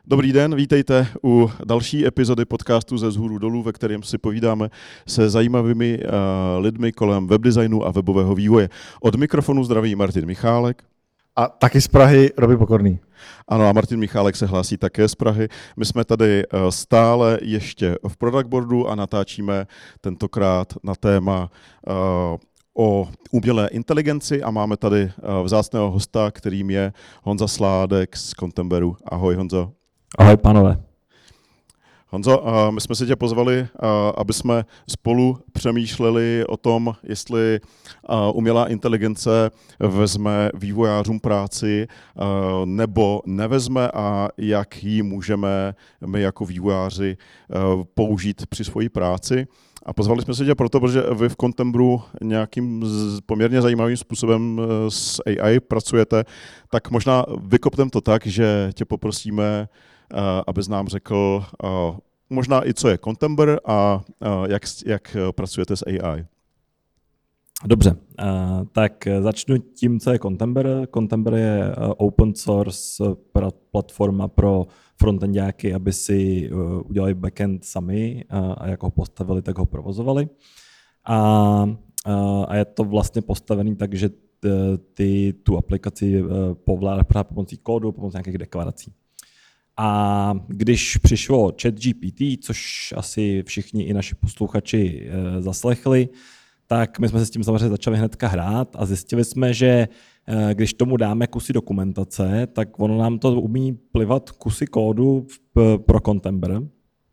Dobrý den, vítejte u další epizody podcastu Ze vzhůru dolů, ve kterém si povídáme se zajímavými lidmi kolem webdesignu a webového vývoje. Od mikrofonu zdraví Martin Michálek. A taky z Prahy Robi Pokorný. Ano, a Martin Michálek se hlásí také z Prahy. My jsme tady stále ještě v Product Boardu a natáčíme tentokrát na téma o umělé inteligenci a máme tady vzácného hosta, kterým je Honza Sládek z Contemberu. Ahoj, Honzo. Ahoj, pánové. Honzo, my jsme si tě pozvali, aby jsme spolu přemýšleli o tom, jestli umělá inteligence vezme vývojářům práci nebo nevezme a jak ji můžeme my jako vývojáři použít při své práci. A pozvali jsme se tě proto, protože vy v Contemberu nějakým poměrně zajímavým způsobem s AI pracujete, tak možná vykopneme to tak, že tě poprosíme, abys nám řekl možná i co je Contember a jak pracujete s AI. Dobře, tak začnu tím, co je Contember. Contember je open source platforma pro frontendáky, aby si udělali backend sami a jak ho postavili, tak ho provozovali. A je to vlastně postavený tak, že ty tu aplikaci povládáš pomocí kódu, pomocí nějakých deklarací. A když přišlo ChatGPT, což asi všichni i naši posluchači zaslechli, tak my jsme se s tím samozřejmě začali hnedka hrát a zjistili jsme, že když tomu dáme kusy dokumentace, tak ono nám to umí plivat kusy kódu pro Contember.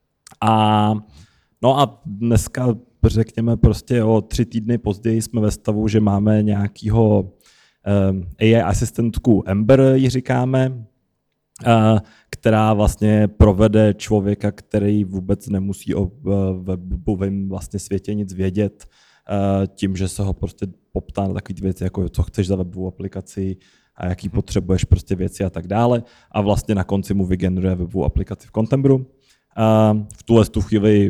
No a dneska, řekněme, prostě o 3 týdny později jsme ve stavu, že máme nějakýho AI asistentku Ember, ji říkáme, která vlastně provede člověka, který vůbec nemusí o webovém vlastně světě nic vědět, tím, že se ho prostě poptá na takové věci, jako co chceš za webovou aplikaci a jaký potřebuješ prostě věci a tak dále. A vlastně na konci mu vygeneruje webovou aplikaci v Contemberu. V tuhle chvíli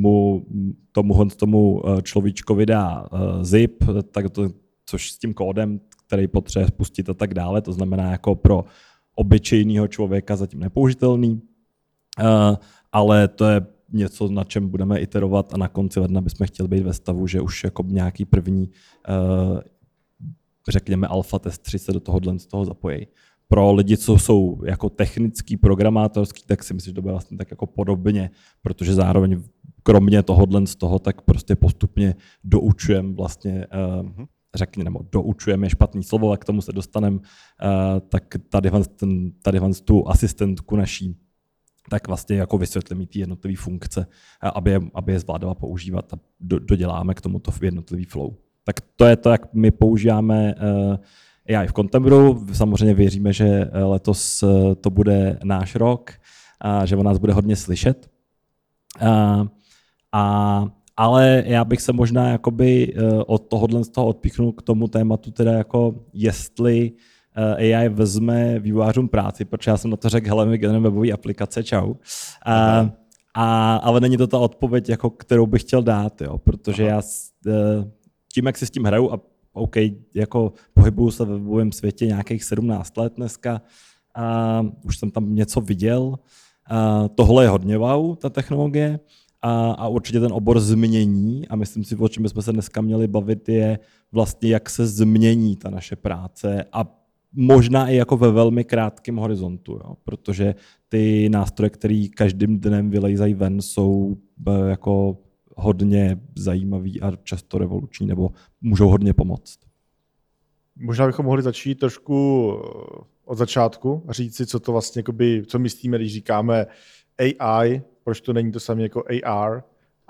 tomu človíčkovi dá zip, což s tím kódem, který potřebuje spustit a tak dále. To znamená jako pro obyčejného člověka zatím nepoužitelný, ale to je něco, na čem budeme iterovat a na konci ledna bychom chtěli být ve stavu, že už jako nějaký první, řekněme, alfa testři se do tohohle z toho zapojí. Pro lidi, co jsou jako technický, programátorský, tak si myslím, že to bude vlastně tak jako podobně, protože zároveň kromě tohohle z toho, tak prostě postupně doučujeme vlastně řekněme, doučujeme je špatný slovo, a k tomu se dostaneme, tak tady tu asistentku naší, tak vlastně jako vysvětlíme ty jednotlivé funkce, aby je zvládala používat a doděláme k tomuto jednotlivý flow. Tak to je to, jak my používáme AI v Contemberu. Samozřejmě věříme, že letos to bude náš rok a že o nás bude hodně slyšet. Ale já bych se možná jakoby od tohohle z toho odpíchnul k tomu tématu, teda jako jestli AI vezme vývojářům práci, protože já jsem na to řekl, hele, my generujeme webové aplikace, čau. Ale není to ta odpověď, jako, kterou bych chtěl dát, jo, protože já tím, jak si s tím hraju a OK, jako pohybuju se ve webovém světě nějakých 17 let dneska, už jsem tam něco viděl, tohle je hodně wow, ta technologie, a určitě ten obor změní a myslím si, o čem bychom se dneska měli bavit, je vlastně, jak se změní ta naše práce a možná i jako ve velmi krátkém horizontu, jo? Protože ty nástroje, které každým dnem vylejzají ven, jsou jako hodně zajímavý a často revoluční nebo můžou hodně pomoct. Možná bychom mohli začít trošku od začátku a říct si, co to vlastně, jakoby, co myslíme, když říkáme AI, proč to není to samé jako AR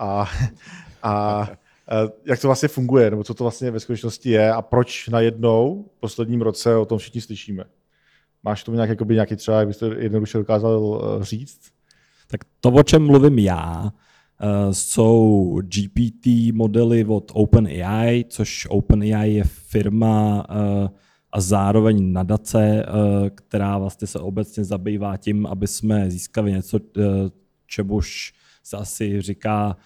a jak to vlastně funguje, nebo co to vlastně ve skutečnosti je a proč najednou v posledním roce o tom všichni slyšíme. Máš tomu nějaký třeba, jak bys to jednoduše dokázal říct? Tak to, o čem mluvím já, jsou GPT modely od OpenAI, což OpenAI je firma a zároveň nadace, která vlastně se obecně zabývá tím, aby jsme získali něco, čemuž se asi říká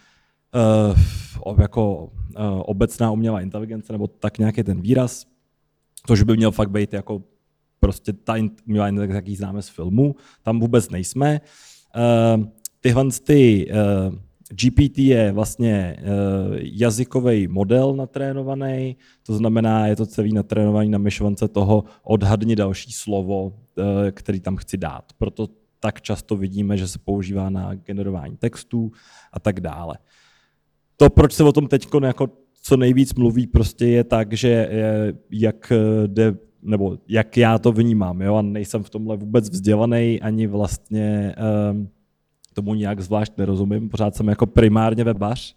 jako obecná umělá inteligence, nebo tak nějaký ten výraz, což by měl fakt být jako prostě ta umělá inteligence, jak ji známe z filmu, tam vůbec nejsme. Tyhle GPT je vlastně jazykový model natrénovaný, to znamená, je to celý natrénovaný na myšlence toho odhadni další slovo, který tam chci dát. Proto tak často vidíme, že se používá na generování textů a tak dále. To, proč se o tom teď jako co nejvíc mluví, prostě je tak, že jak já to vnímám, jo? A nejsem v tomhle vůbec vzdělaný, ani vlastně tomu nějak zvlášť nerozumím, pořád jsem jako primárně webař.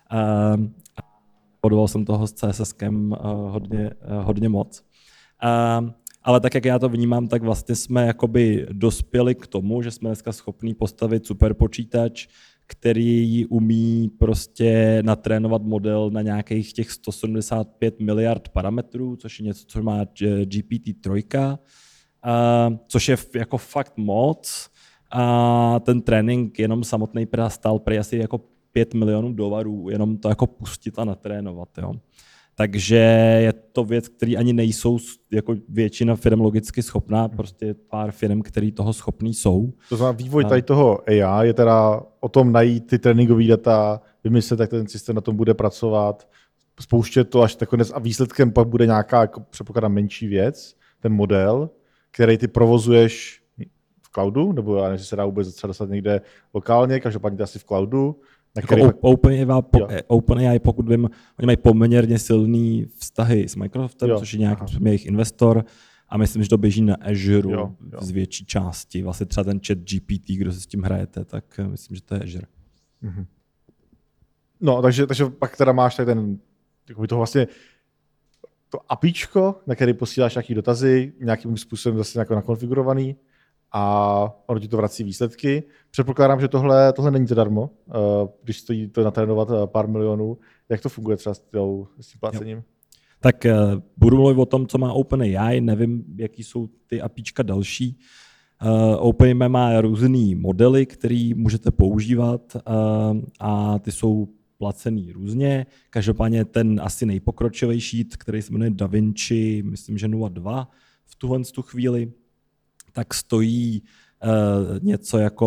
Podoval jsem toho s CSSkem hodně moc. Ale tak, jak já to vnímám, tak vlastně jsme jakoby dospěli k tomu, že jsme dneska schopní postavit superpočítač, který umí prostě natrénovat model na nějakých těch 175 miliard parametrů, což je něco, co má GPT-3, což je jako fakt moc. A ten trénink jenom samotný stál prý asi jako $5 milionů, jenom to jako pustit a natrénovat. Jo. Takže je to věc, který ani nejsou jako většina firm logicky schopná, prostě pár firm, který toho schopný jsou. To znamená, vývoj tady toho AI je teda o tom najít ty tréninkové data, vymyslet, jak ten systém na tom bude pracovat, spouštět to až nakonec a výsledkem pak bude nějaká, jako předpokládám, menší věc, ten model, který ty provozuješ v cloudu, nebo já nevím, jestli se dá vůbec třeba dostat někde lokálně, každopádně asi v cloudu. Jako OpenAI, pokud vím, oni mají poměrně silný vztahy s Microsoftem, což je nějaký jejich investor, a myslím, že to běží na Azure z větší části. Vlastně třeba ten chat GPT, kdo se s tím hrajete, tak myslím, že to je Azure. Mm-hmm. No, takže pak teda máš tady ten, jako toho vlastně to APIčko, na který posíláš nějaký dotazy, nějakým způsobem zase jako nakonfigurovaný, a ono ti to vrací výsledky. Předpokládám, že tohle není to darmo, když stojí to natrénovat pár milionů. Jak to funguje třeba s tím placením? Tak budu mluvit o tom, co má OpenAI, nevím, jaký jsou ty APIčka další. OpenAI má různý modely, které můžete používat a ty jsou placený různě. Každopádně ten asi nejpokročilejší, který se jmenuje DaVinci, myslím, že 0.2 v tu chvíli, tak stojí něco jako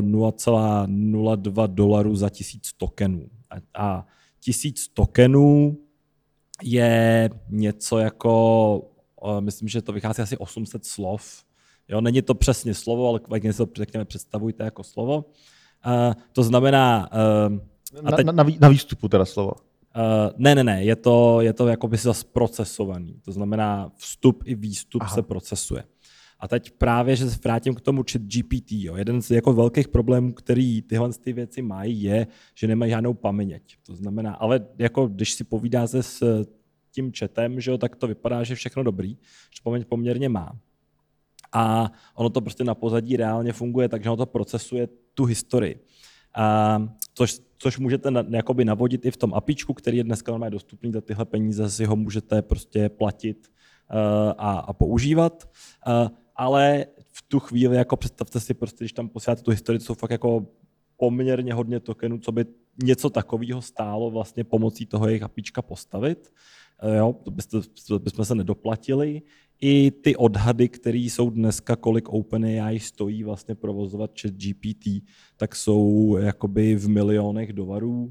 $0.02 za 1000 tokenů. A 1000 tokenů je něco jako, myslím, že to vychází asi 800 slov. Jo, není to přesně slovo, ale jak si to řekněme, představujte jako slovo. To znamená... Na výstupu teda slovo. Ne, je to jako by zase procesovaný. To znamená, vstup i výstup se procesuje. A teď právě, že se vrátím k tomu ChatGPT. Jeden z jako velkých problémů, který tyhle ty věci mají, je, že nemají žádnou paměť. To znamená, ale jako když si povídáte s tím chatem, že jo, tak to vypadá, že všechno dobrý, že paměť poměrně má. A ono to prostě na pozadí reálně funguje, takže ono to procesuje tu historii. Což můžete jakoby navodit i v tom APIčku, který je dneska normálně dostupný za tyhle peníze, si ho můžete prostě platit a používat. Ale v tu chvíli, jako představte si, prostě, když tam posíláte tu historii, to jsou fakt jako poměrně hodně tokenů, co by něco takového stálo vlastně pomocí toho jejich APIčka postavit. Jo, to bychom se nedoplatili. I ty odhady, které jsou dneska, kolik OpenAI stojí vlastně provozovat ChatGPT, tak jsou jakoby v milionech $.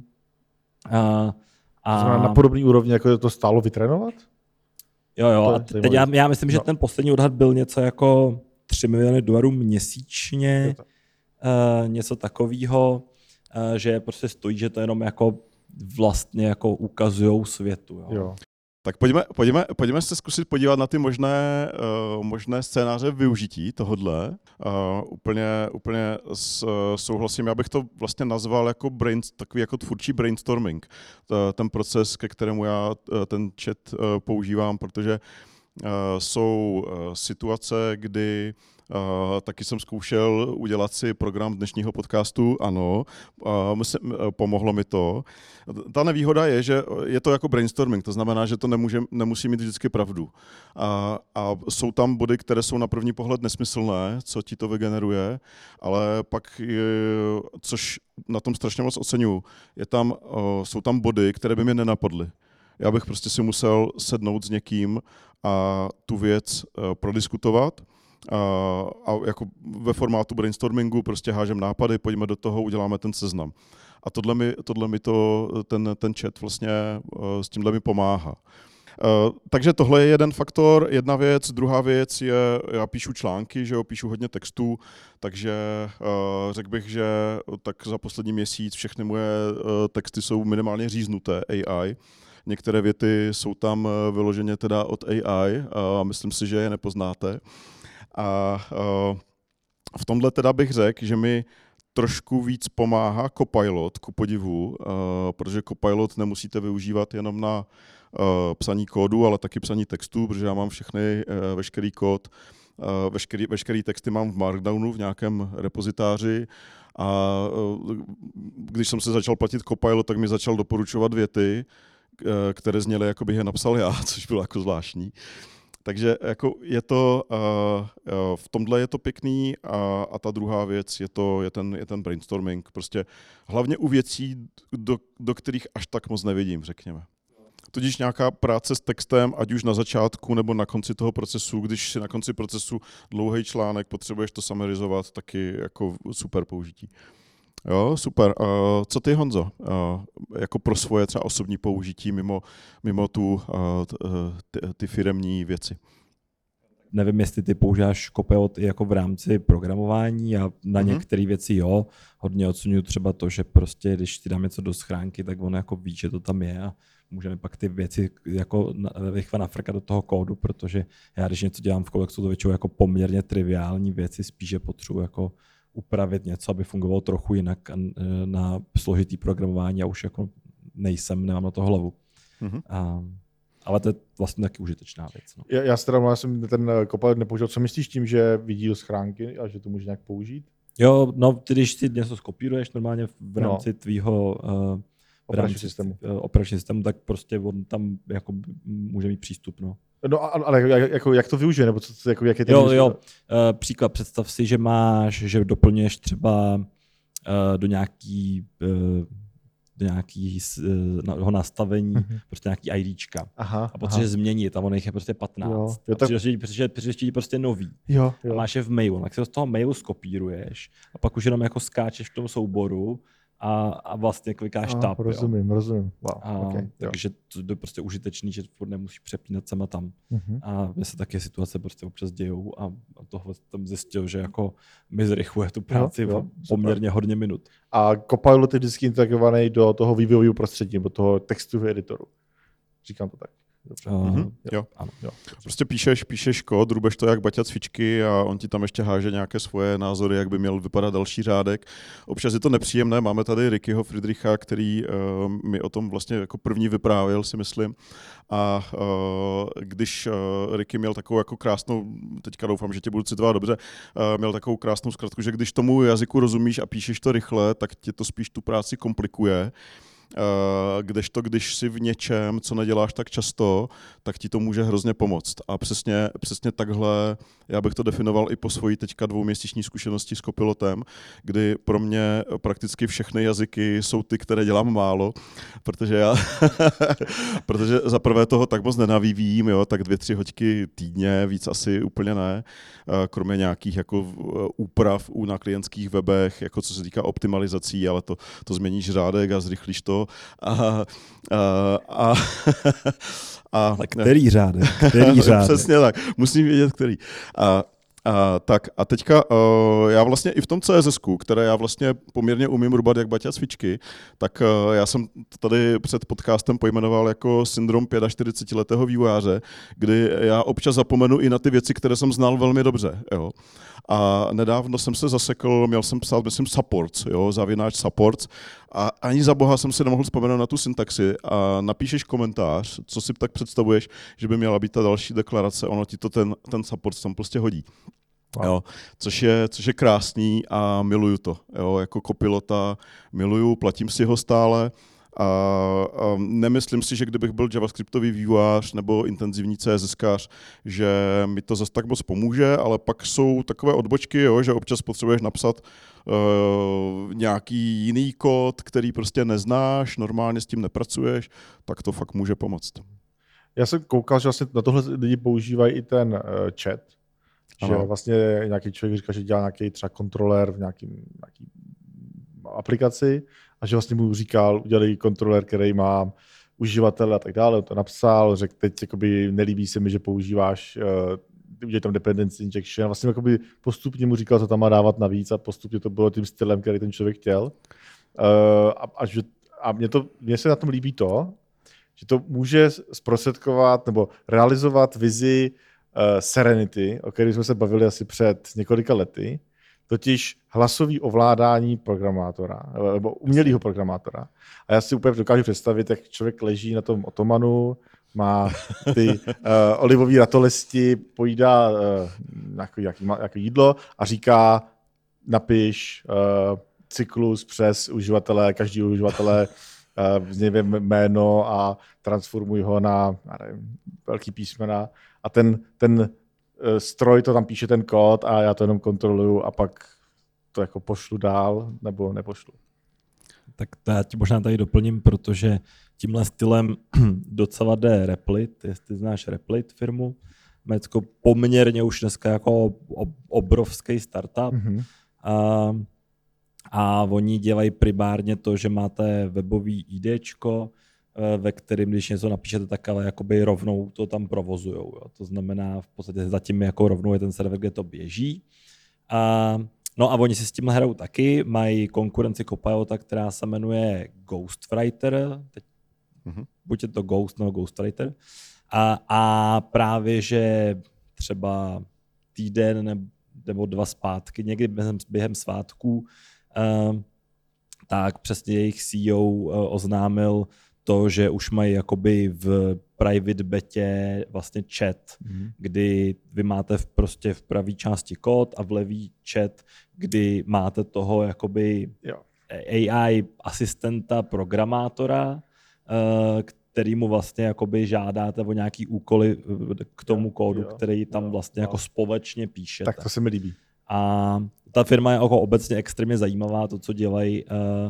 Na podobný úrovni, jako to stálo vytrénovat? Jo, a teď já myslím, že ten poslední odhad byl něco jako $3 miliony měsíčně, něco takového, že prostě stojí, že to jenom jako vlastně jako ukazujou světu. Jo. Tak pojďme se zkusit podívat na ty možné scénáře využití tohodle. Úplně souhlasím. Já bych to vlastně nazval jako takový jako tvůrčí brainstorming. Ten proces, ke kterému já ten chat používám, protože jsou situace, kdy taky jsem zkoušel udělat si program dnešního podcastu, ano, pomohlo mi to. Ta nevýhoda je, že je to jako brainstorming, to znamená, že to nemusí mít vždycky pravdu. A jsou tam body, které jsou na první pohled nesmyslné, co ti to vygeneruje, ale pak, což na tom strašně moc oceňuju, jsou tam body, které by mě nenapadly. Já bych prostě si musel sednout s někým a tu věc prodiskutovat. A jako ve formátu brainstormingu prostě hážem nápady, pojďme do toho, uděláme ten seznam. A tohle mi to, ten chat vlastně s tímhle mi pomáhá. Takže tohle je jeden faktor, jedna věc. Druhá věc je, já píšu články, že jo, píšu hodně textů, takže řekl bych, že tak za poslední měsíc všechny moje texty jsou minimálně říznuté AI. Některé věty jsou tam vyloženě teda od AI a myslím si, že je nepoznáte. A v tomhle teda bych řekl, že mi trošku víc pomáhá Copilot, ku podivu, protože Copilot nemusíte využívat jenom na psaní kódu, ale taky psaní textů, protože já mám veškerý kód, veškerý texty mám v Markdownu v nějakém repozitáři a když jsem se začal platit Copilot, tak mi začal doporučovat věty, které zněly, jako bych je napsal já, což bylo jako zvláštní. Takže jako je to, v tomhle je to pěkný a ta druhá věc je ten brainstorming. Prostě hlavně u věcí, do kterých až tak moc nevidím, řekněme. Tudíž nějaká práce s textem, ať už na začátku nebo na konci toho procesu, když si na konci procesu dlouhý článek, potřebuješ to summarizovat, taky jako super použití. Jo, super. Co ty, Honzo, jako pro svoje třeba osobní použití mimo ty firemní věci? Nevím, jestli ty používáš Copilot i jako v rámci programování a na některé věci jo. Hodně oceňuji třeba to, že prostě, když ti dám něco do schránky, tak on jako ví, že to tam je a můžeme pak ty věci jako rychle nafrkat do toho kódu, protože já, když něco dělám v kódu, jsou to většinou jako poměrně triviální věci, spíše potřebuji jako upravit něco, aby fungovalo trochu jinak na složitý programování a už jako nemám na to hlavu. Ale to je vlastně taky užitečná věc. No. Já si teda jsem ten Copilot nepoužil. Co myslíš tím, že vidí do schránky a že to může nějak použít? Jo, no, ty, když si něco skopíruješ normálně v rámci tvýho operačního systému, tak prostě on tam jako může mít přístup. No. No ale jako, jak to využije? Nebo jak je ten jo. Příklad, představ si, že doplňuješ třeba do nějakého nastavení prostě nějaký IDčka. A potřebuješ změnit a on jich je prostě 15. Jo, přijde ti prostě nový. Jo. A máš je v mailu. Tak se z toho mailu skopíruješ a pak už jenom jako skáčeš v tom souboru a vlastně klikáš tab. Rozumím. Wow, okay, takže to je prostě užitečný, že nemusíš přepínat sama tam. A mně se taky situace prostě občas dějou a tohle jsem zjistil, že jako mi zrychluje tu práci poměrně hodně minut. A Copilot je vždycky integrovaný do toho vývojového prostředí, do toho textového editoru. Říkám to tak. Jo. Prostě píšeš kód, rubeš to jak Baťa cvičky a on ti tam ještě háže nějaké svoje názory, jak by měl vypadat další řádek. Občas je to nepříjemné, máme tady Rickyho Friedricha, který mi o tom vlastně jako první vyprávěl, si myslím. A když Ricky měl takovou jako krásnou, teďka doufám, že tě budu citovat dobře, měl takovou krásnou zkratku, že když tomu jazyku rozumíš a píšeš to rychle, tak ti to spíš tu práci komplikuje. Kdežto, když si v něčem, co neděláš tak často, tak ti to může hrozně pomoct. A přesně takhle, já bych to definoval i po svojí teďka 2měsíční zkušenosti s Copilotem, kdy pro mě prakticky všechny jazyky jsou ty, které dělám málo, protože za prvé toho tak moc nenavíjím, jo, tak 2-3 hoďky týdně, víc asi úplně ne, kromě nějakých jako úprav na klientských webech, jako co se týká optimalizací, ale to změníš řádek a zrychlíš to. Ale který řádek? Přesně tak, musím vědět, který. A teďka já vlastně i v tom CSS-ku, které já vlastně poměrně umím rubat jak Baťa cvičky, tak já jsem tady před podcastem pojmenoval jako syndrom 45letého vývojáře, kdy já občas zapomenu i na ty věci, které jsem znal velmi dobře. Jo. A nedávno jsem se zasekl, měl jsem psát, myslím, supports, /supports, a ani za boha jsem si nemohl vzpomenout na tu syntaxi a napíšeš komentář, co si tak představuješ, že by měla být ta další deklarace, ono ti to ten support tam prostě hodí. Wow. Jo, což je krásný a miluju to. Jo, jako Copilota miluju, platím si ho stále. A nemyslím si, že kdybych byl javascriptový vývojář nebo intenzivní CSSkář, že mi to zase tak moc pomůže, ale pak jsou takové odbočky, jo, že občas potřebuješ napsat nějaký jiný kód, který prostě neznáš, normálně s tím nepracuješ, tak to fakt může pomoct. Já jsem koukal, že vlastně na tohle lidi používají i ten chat, že vlastně nějaký člověk říká, že dělá nějaký třeba kontroler v nějaký aplikaci a že vlastně mu říkal, udělej kontroler, který má uživatele a tak dále, on to napsal, řekl, teď jakoby nelíbí se mi, že používáš udělej tam dependency injection a vlastně jakoby postupně mu říkal, co tam má dávat navíc a postupně to bylo tím stylem, který ten člověk chtěl. A mně se na tom líbí to, že to může zprostředkovat nebo realizovat vizi Serenity, o které jsme se bavili asi před několika lety, totiž hlasový ovládání programátora, nebo umělého programátora. A já si úplně dokážu představit, jak člověk leží na tom otomanu, má ty olivové ratolesti, pojídá nějaké jídlo a říká, napiš cyklus přes uživatele, každý uživatele vzněvě jméno a transformuj ho na velký písmena a ten stroj to tam píše ten kód a já to jenom kontroluju a pak to jako pošlu dál nebo nepošlu. Tak to já ti možná tady doplním, protože tímhle stylem docela jde Replit, jestli znáš Replit firmu, Mécko poměrně už dneska jako obrovský startup. Mm-hmm. A oni dělají primárně to, že máte webový IDčko, ve kterém, když něco napíšete, tak ale jakoby rovnou to tam provozujou. Jo. To znamená, v podstatě zatím jako rovnou je ten server, kde to běží. No a oni si s tím hrajou taky, mají konkurenci Copilota, která se jmenuje Ghostwriter, teď buď je to Ghost nebo Ghostwriter. A právě, že třeba týden nebo 2 zpátky, někdy během svátků, tak přesně jejich CEO oznámil to, že už mají jakoby v private betě vlastně chat, kdy vy máte prostě v pravé části kód a v levý chat, kdy máte toho jakoby AI asistenta programátora, kterýmu vlastně jakoby žádáte o nějaký úkoly k tomu kódu, který tam vlastně jako společně píšete. Tak to se mi líbí. A ta firma je jako obecně extrémně zajímavá, to, co dělají,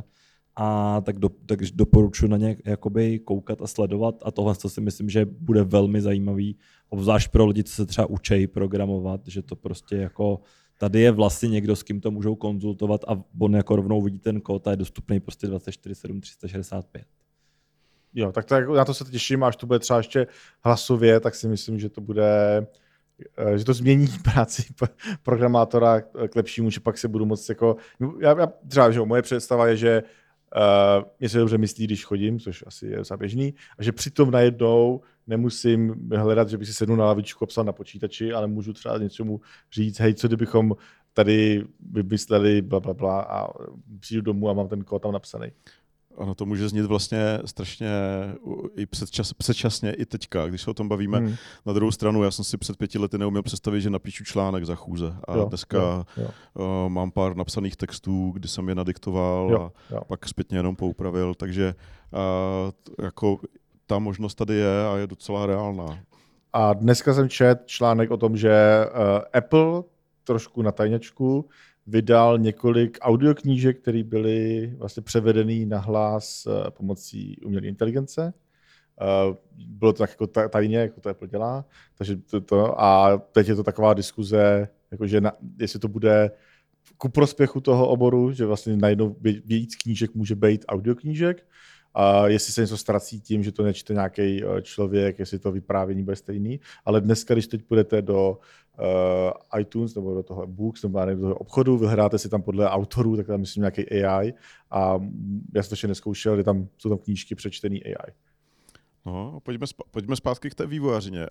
a tak doporučuji na ně jakoby koukat a sledovat a tohle si myslím, že bude velmi zajímavý, obzvlášť pro lidi, co se třeba učí programovat, že to prostě jako tady je vlastně někdo, s kým to můžou konzultovat a on jako rovnou vidí ten kód a je dostupný prostě 24/7/365. Jo, tak na to se těším, až to bude třeba ještě hlasově, tak si myslím, že to bude, že to změní práci programátora k lepšímu, že pak se budu moct jako, já třeba, že moje představa je, že mě se dobře myslí, když chodím, což asi je zaběžný, a že přitom najednou nemusím hledat, že bych si sednul na lavičku a psal na počítači, ale můžu třeba něčemu říct, hej, co kdybychom tady vymysleli blablabla a přijdu domů a mám ten kód tam napsaný. Ano, to může znít vlastně strašně i předčasně i teďka, když se o tom bavíme. Na druhou stranu, já jsem si před 5 lety neuměl představit, že napíšu článek za chůze. A dneska mám pár napsaných textů, kdy jsem je nadiktoval a pak zpětně jenom poupravil. Takže jako ta možnost tady je a je docela reálná. A dneska jsem četl článek o tom, že Apple trošku na tajňačku vydal několik audioknížek, které byly vlastně převedený na hlas pomocí umělé inteligence. Bylo to tak jako tajně, jako to Apple dělá. Takže a teď je to taková diskuze, jakože jestli to bude ku prospěchu toho oboru, že vlastně najednou víc knížek může být audioknížek, a jestli se něco ztrací tím, že to nečte nějaký člověk, jestli to vyprávění bude stejný. Ale dneska, když teď půjdete do iTunes nebo do toho Books nebo do toho obchodu, vyhledáte si tam podle autorů, tak tam myslím nějaký AI a já jsem to ještě neskoušel, jsou tam knížky přečtený AI. No, pojďme zpátky k té vývojářině.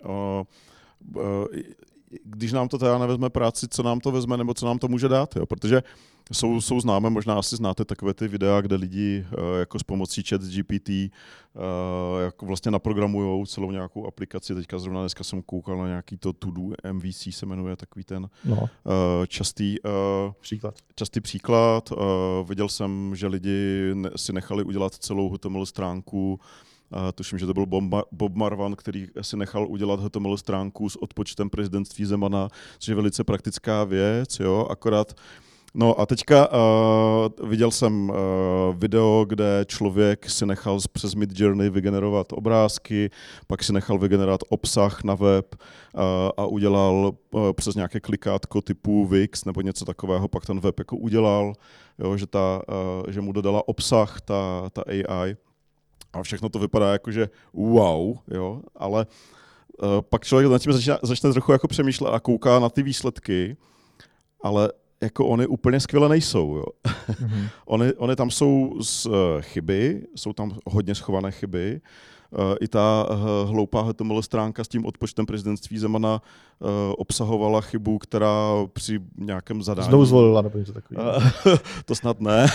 Když nám to teda nevezme práci, co nám to vezme nebo co nám to může dát, jo? Protože jsou známé, možná asi znáte takové ty videa, kde lidi jako s pomocí ChatGPT jako vlastně naprogramujou celou nějakou aplikaci. Teďka zrovna dneska jsem koukal na nějaký to To-Do MVC se jmenuje, takový ten častý příklad. Viděl jsem, že lidi si nechali udělat celou HTML stránku. Tuším, že to byl Bob Marvan, který si nechal udělat HTML stránku s odpočtem prezidentství Zemana, což je velice praktická věc, jo, akorát No a teďka viděl jsem video, kde člověk si nechal přes Midjourney vygenerovat obrázky, pak si nechal vygenerovat obsah na web a udělal přes nějaké klikátko typu Wix nebo něco takového, pak ten web jako udělal, jo, že mu dodala obsah ta AI. A všechno to vypadá jako, že wow, jo, ale pak člověk nad tím začne trochu jako přemýšlet a kouká na ty výsledky, ale jako oni úplně skvěle nejsou. Jo. Oni tam jsou z chyby, jsou tam hodně schované chyby. I ta hloupá HTML stránka s tím odpočtem prezidentství Zemana obsahovala chybu, která při nějakém zadání... Znovu zvolila, nebo něco takového. To snad ne.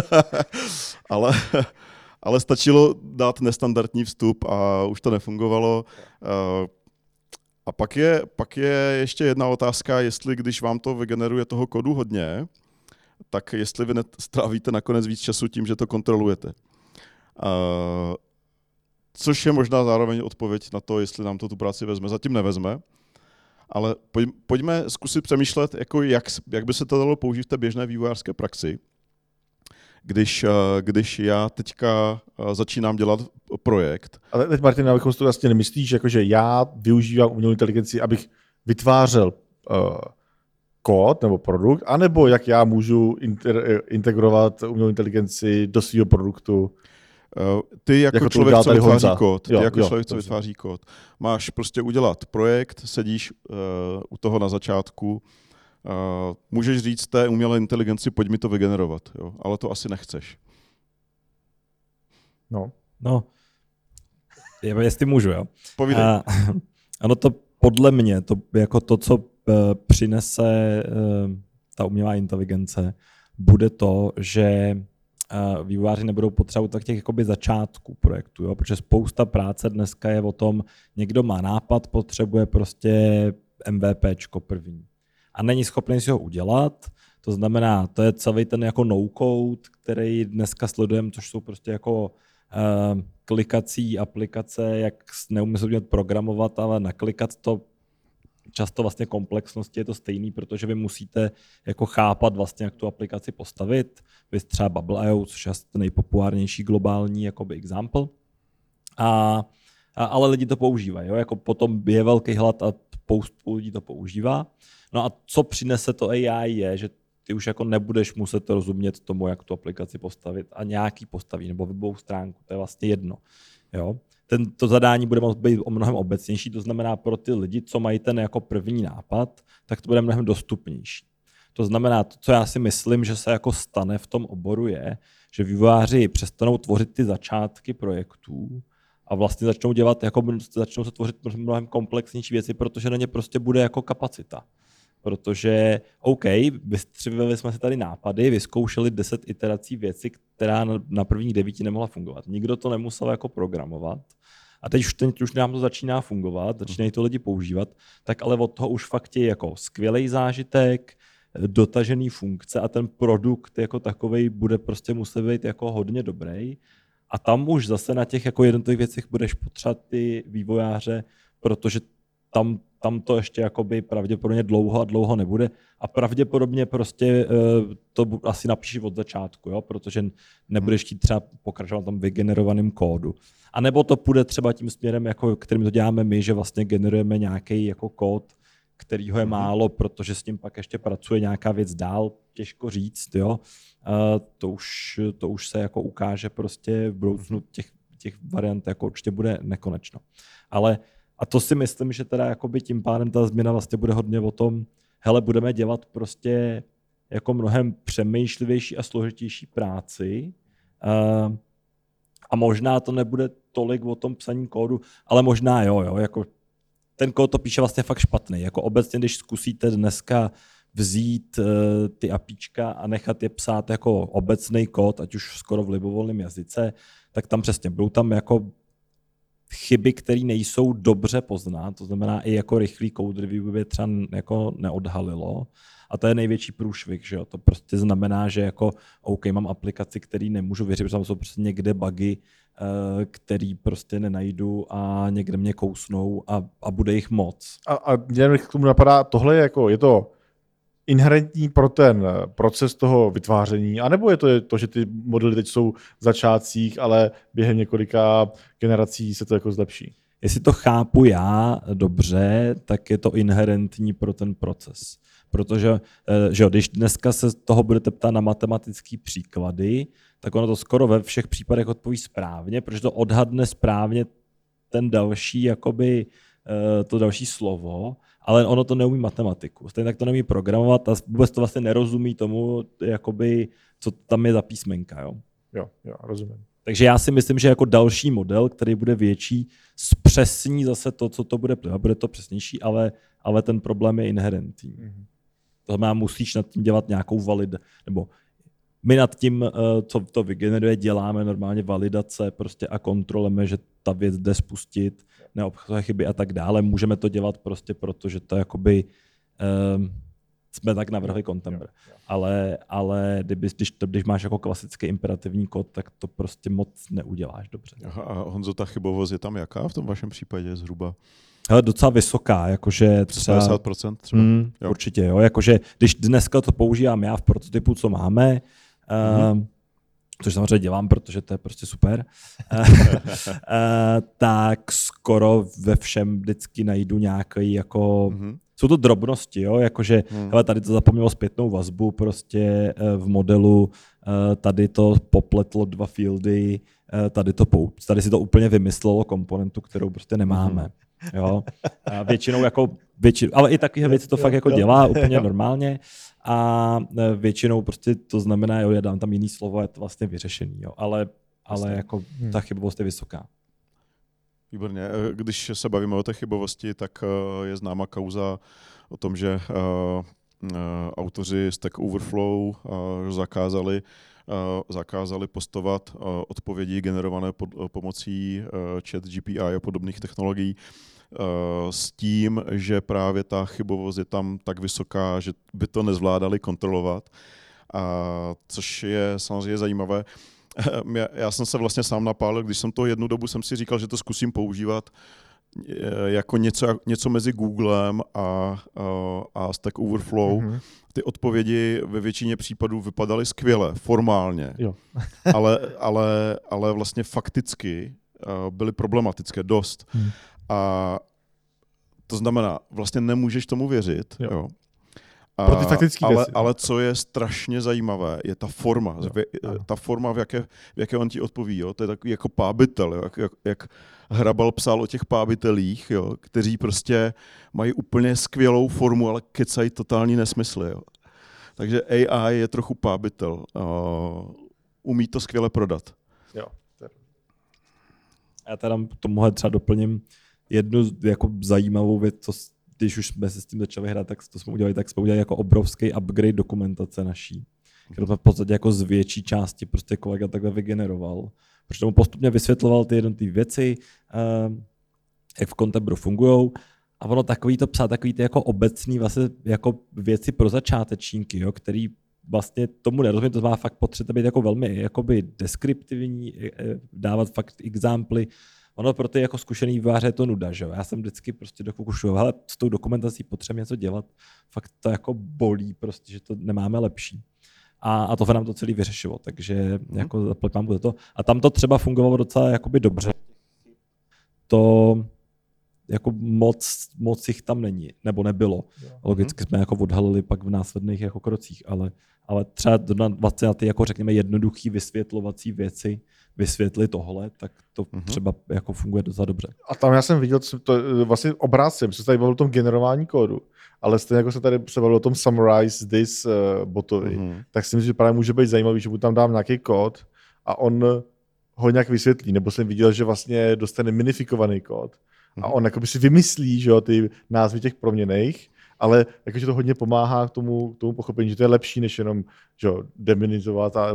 Ale stačilo dát nestandardní vstup a už to nefungovalo. A pak je ještě jedna otázka, jestli když vám to vygeneruje toho kodu hodně, tak jestli vy strávíte nakonec víc času tím, že to kontrolujete. Což je možná zároveň odpověď na to, jestli nám to tu práci vezme. Zatím nevezme, ale pojďme zkusit přemýšlet, jako jak by se to dalo použít v té běžné vývojářské praxi. Když já teďka začínám dělat projekt. Ale teď, Martin, abychom si to vlastně nemyslíš, jakože já využívám umělou inteligenci, abych vytvářel kód nebo produkt, anebo jak já můžu integrovat umělou inteligenci do svého produktu. Ty jako člověk, co vytváří kód. Člověk, co vytváří kód. Máš prostě udělat projekt, sedíš u toho na začátku, můžeš říct té umělé inteligenci, pojď mi to vygenerovat, jo? Ale to asi nechceš. No, jestli můžu, jo. Povídej. Ano, to podle mě, to jako to, co přinese ta umělá inteligence, bude to, že vývojáři nebudou potřebovat tak těch jakoby začátků projektu, jo? Protože spousta práce dneska je o tom, někdo má nápad, potřebuje prostě MVPčko první. A není schopný si ho udělat, to znamená, to je celý ten jako no-code, který dneska sledujeme, což jsou prostě jako klikací aplikace, jak neumí se umět programovat, ale naklikat to často vlastně komplexnosti je to stejný, protože vy musíte jako chápat vlastně, jak tu aplikaci postavit. Vy třeba Bubble.io, což je nejpopulárnější globální jakoby example. Ale lidi to používají. Jo? Jako potom je velký hlad a spoustu lidí to používá. No a co přinese to AI je, že ty už jako nebudeš muset rozumět tomu, jak tu aplikaci postavit a nějaký postaví, nebo webovou stránku, to je vlastně jedno. Jo? To zadání bude moct být o mnohem obecnější, to znamená pro ty lidi, co mají ten jako první nápad, tak to bude mnohem dostupnější. To znamená, to, co já si myslím, že se jako stane v tom oboru je, že vývojáři přestanou tvořit ty začátky projektů a vlastně začnou se tvořit komplexnější věci, protože na ně prostě bude jako kapacita. Protože, OK, vystřelili jsme se tady nápady, vyzkoušeli 10 iterací věci, která na prvních 9 nemohla fungovat. Nikdo to nemusel jako programovat. A teď už nám to začíná fungovat, začínají to lidi používat, tak ale od toho už fakt je jako skvělý zážitek, dotažený funkce a ten produkt jako takovej bude prostě muset být jako hodně dobrý. A tam už zase na těch jako jednotlivých věcech budeš potřebovat ty vývojáře, protože tam to ještě jakoby pravděpodobně dlouho nebude a pravděpodobně prostě to asi napíši od začátku, jo? Protože nebudeš chtít třeba pokračovat tam vygenerovaným kódu. A nebo to půjde třeba tím směrem, jako, kterým to děláme my, že vlastně generujeme nějaký jako kód, kterýho je málo, protože s tím pak ještě pracuje nějaká věc dál, těžko říct, jo. To už se jako ukáže prostě v budoucnu těch variant jako určitě bude nekonečno. A to si myslím, že teda jakoby tím pádem ta změna vlastně bude hodně o tom, hele, budeme dělat prostě jako mnohem přemýšlivější a složitější práci a možná to nebude tolik o tom psaní kódu, ale možná jo, jako ten kód to píše vlastně fakt špatný. Jako obecně, když zkusíte dneska vzít ty APIčka a nechat je psát jako obecný kód, ať už skoro v libovolném jazyce, tak tam přesně budou tam jako chyby, které nejsou dobře poznat, to znamená i jako rychlý code review by třeba jako neodhalilo. A to je největší průšvih, že jo? To prostě znamená, že jako OK, mám aplikaci, který nemůžu věřit, protože tam jsou prostě někde bugy, který prostě nenajdu a někde mě kousnou a bude jich moc. A mě k tomu napadá, tohle je to inherentní pro ten proces toho vytváření, anebo je to, že ty modely teď jsou v začátcích, ale během několika generací se to jako zlepší? Jestli to chápu já dobře, tak je to inherentní pro ten proces. Protože že když dneska se toho budete ptát na matematické příklady, tak ono to skoro ve všech případech odpoví správně, protože to odhadne správně ten další, jakoby, to další slovo, ale ono to neumí matematiku. Stejně tak to neumí programovat a vůbec to vlastně nerozumí tomu, jakoby, co tam je za písmenka. Jo, rozumím. Takže já si myslím, že jako další model, který bude větší, zpřesní zase to, co to bude plivat. Bude to přesnější, ale ten problém je inherentní. Mm-hmm. To znamená, musíš nad tím dělat nějakou nebo my nad tím, co to vygeneruje, děláme normálně validace prostě a kontrolujeme, že ta věc jde spustit, neobchází chyby a tak dále. Můžeme to dělat prostě proto, že to jakoby jsme tak navrhli Contember. Ale když máš jako klasický imperativní kód, tak to prostě moc neuděláš dobře. Aha, a Honzo, ta chybovost je tam jaká v tom vašem případě zhruba? Hele, docela vysoká, jakože třeba 50% třeba? Jo. Určitě, jo. Jakože když dneska to používám já v prototypu, co máme, což samozřejmě dělám, protože to je prostě super, tak skoro ve všem vždycky najdu nějaký jako... Jsou to drobnosti, jo, jakože hele, tady to zapomnělo zpětnou vazbu prostě v modelu, tady to popletlo 2 fieldy, tady si to úplně vymyslelo komponentu, kterou prostě nemáme. Jo. A většinou ale i takové věci to fakt jako dělá úplně normálně a většinou prostě to znamená, jo, já dám tam jiný slovo a je to vlastně vyřešený, jo, ale jako ta chybovost je vysoká. Výborně. Když se bavíme o té chybovosti, tak je známa kauza o tom, že autoři Stack Overflow zakázali postovat odpovědi generované pomocí ChatGPT a podobných technologií s tím, že právě ta chybovost je tam tak vysoká, že by to nezvládali kontrolovat, což je samozřejmě zajímavé. Já jsem se vlastně sám napálil, když jsem to jednu dobu jsem si říkal, že to zkusím používat jako něco mezi Googlem a Stack Overflow. Mm-hmm. Ty odpovědi ve většině případů vypadaly skvěle, formálně, jo. ale vlastně fakticky byly problematické dost. A to znamená, vlastně nemůžeš tomu věřit. Jo. Pro ty faktické věci. Ale co je strašně zajímavé, je ta forma. Ta forma, v jaké on ti odpoví. Jo? To je takový jako pábitel, jo? Jak Hrabal psal o těch pábitelích, jo? Kteří prostě mají úplně skvělou formu, ale kecají totální nesmysly. Jo? Takže AI je trochu pábitel. Umí to skvěle prodat. Jo. Já teda tomuhle třeba doplním jednu jako zajímavou věc, když už jsme se s tím začali hrát, tak jsme udělali jako obrovský upgrade dokumentace naší, kterou jsme v podstatě jako z větší části prostě kolega takhle vygeneroval. Protože tomu postupně vysvětloval ty jednotlivé věci, jak v Contemberu fungujou. A ono takový ty jako obecný vlastně jako věci pro začátečníky, jo, který vlastně tomu nerozumí, to má fakt potřeba být jako velmi jakoby deskriptivní, dávat fakt examply. Ono pro ty jako zkušený vývojáře je to nuda, že jo? Já jsem vždycky prostě dokušuju, hele, s tou dokumentací potřebujeme něco dělat, fakt to jako bolí prostě, že to nemáme lepší. A to nám to celý vyřešilo, takže jako zapletám bude to. A tam to třeba fungovalo docela jakoby dobře. To jako moc jich tam není, nebo nebylo. Logicky jsme jako odhalili pak v následných jako krocích, ale třeba vlastně na ty jako řekněme jednoduchý vysvětlovací věci vysvětlit tohle, tak to třeba jako funguje docela dobře. A tam já jsem viděl, to vlastně obrácím, se tady bavil o tom generování kódu, ale stejně jako se tady bavil o tom summarize this botovi, tak si myslím, že právě může být zajímavý, že mu tam dám nějaký kód a on ho nějak vysvětlí, nebo jsem viděl, že vlastně dostane minifikovaný kód a on jakoby si vymyslí, že jo, ty názvy těch proměnných, ale jakože to hodně pomáhá k tomu pochopení, že to je lepší, než jenom že jo, deminizovat a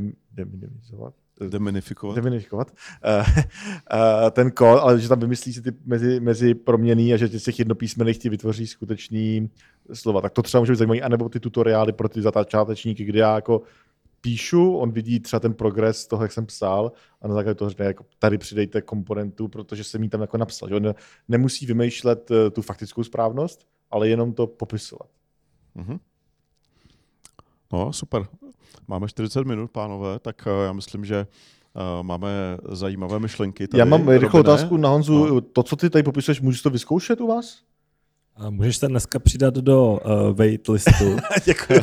deminifikovat ten kód, ale že tam vymyslí si ty mezi proměny a že z těch jednopísmených ti vytvoří skutečný slova. Tak to třeba může být zajímavý, anebo ty tutoriály pro ty začátečníky, kde já jako píšu, on vidí třeba ten progres toho, jak jsem psal a na základě toho řekne, jako tady přidejte komponentu, protože jsem jí tam jako napsal. Že on nemusí vymýšlet tu faktickou správnost, ale jenom to popisovat. No, super. Máme 40 minut, pánové, tak já myslím, že máme zajímavé myšlenky tady. Já mám rychlou Robine? otázku na Honzu. No. To, co ty tady popisuješ, můžeš to vyzkoušet u vás? A můžeš se dneska přidat do waitlistu. Děkuji.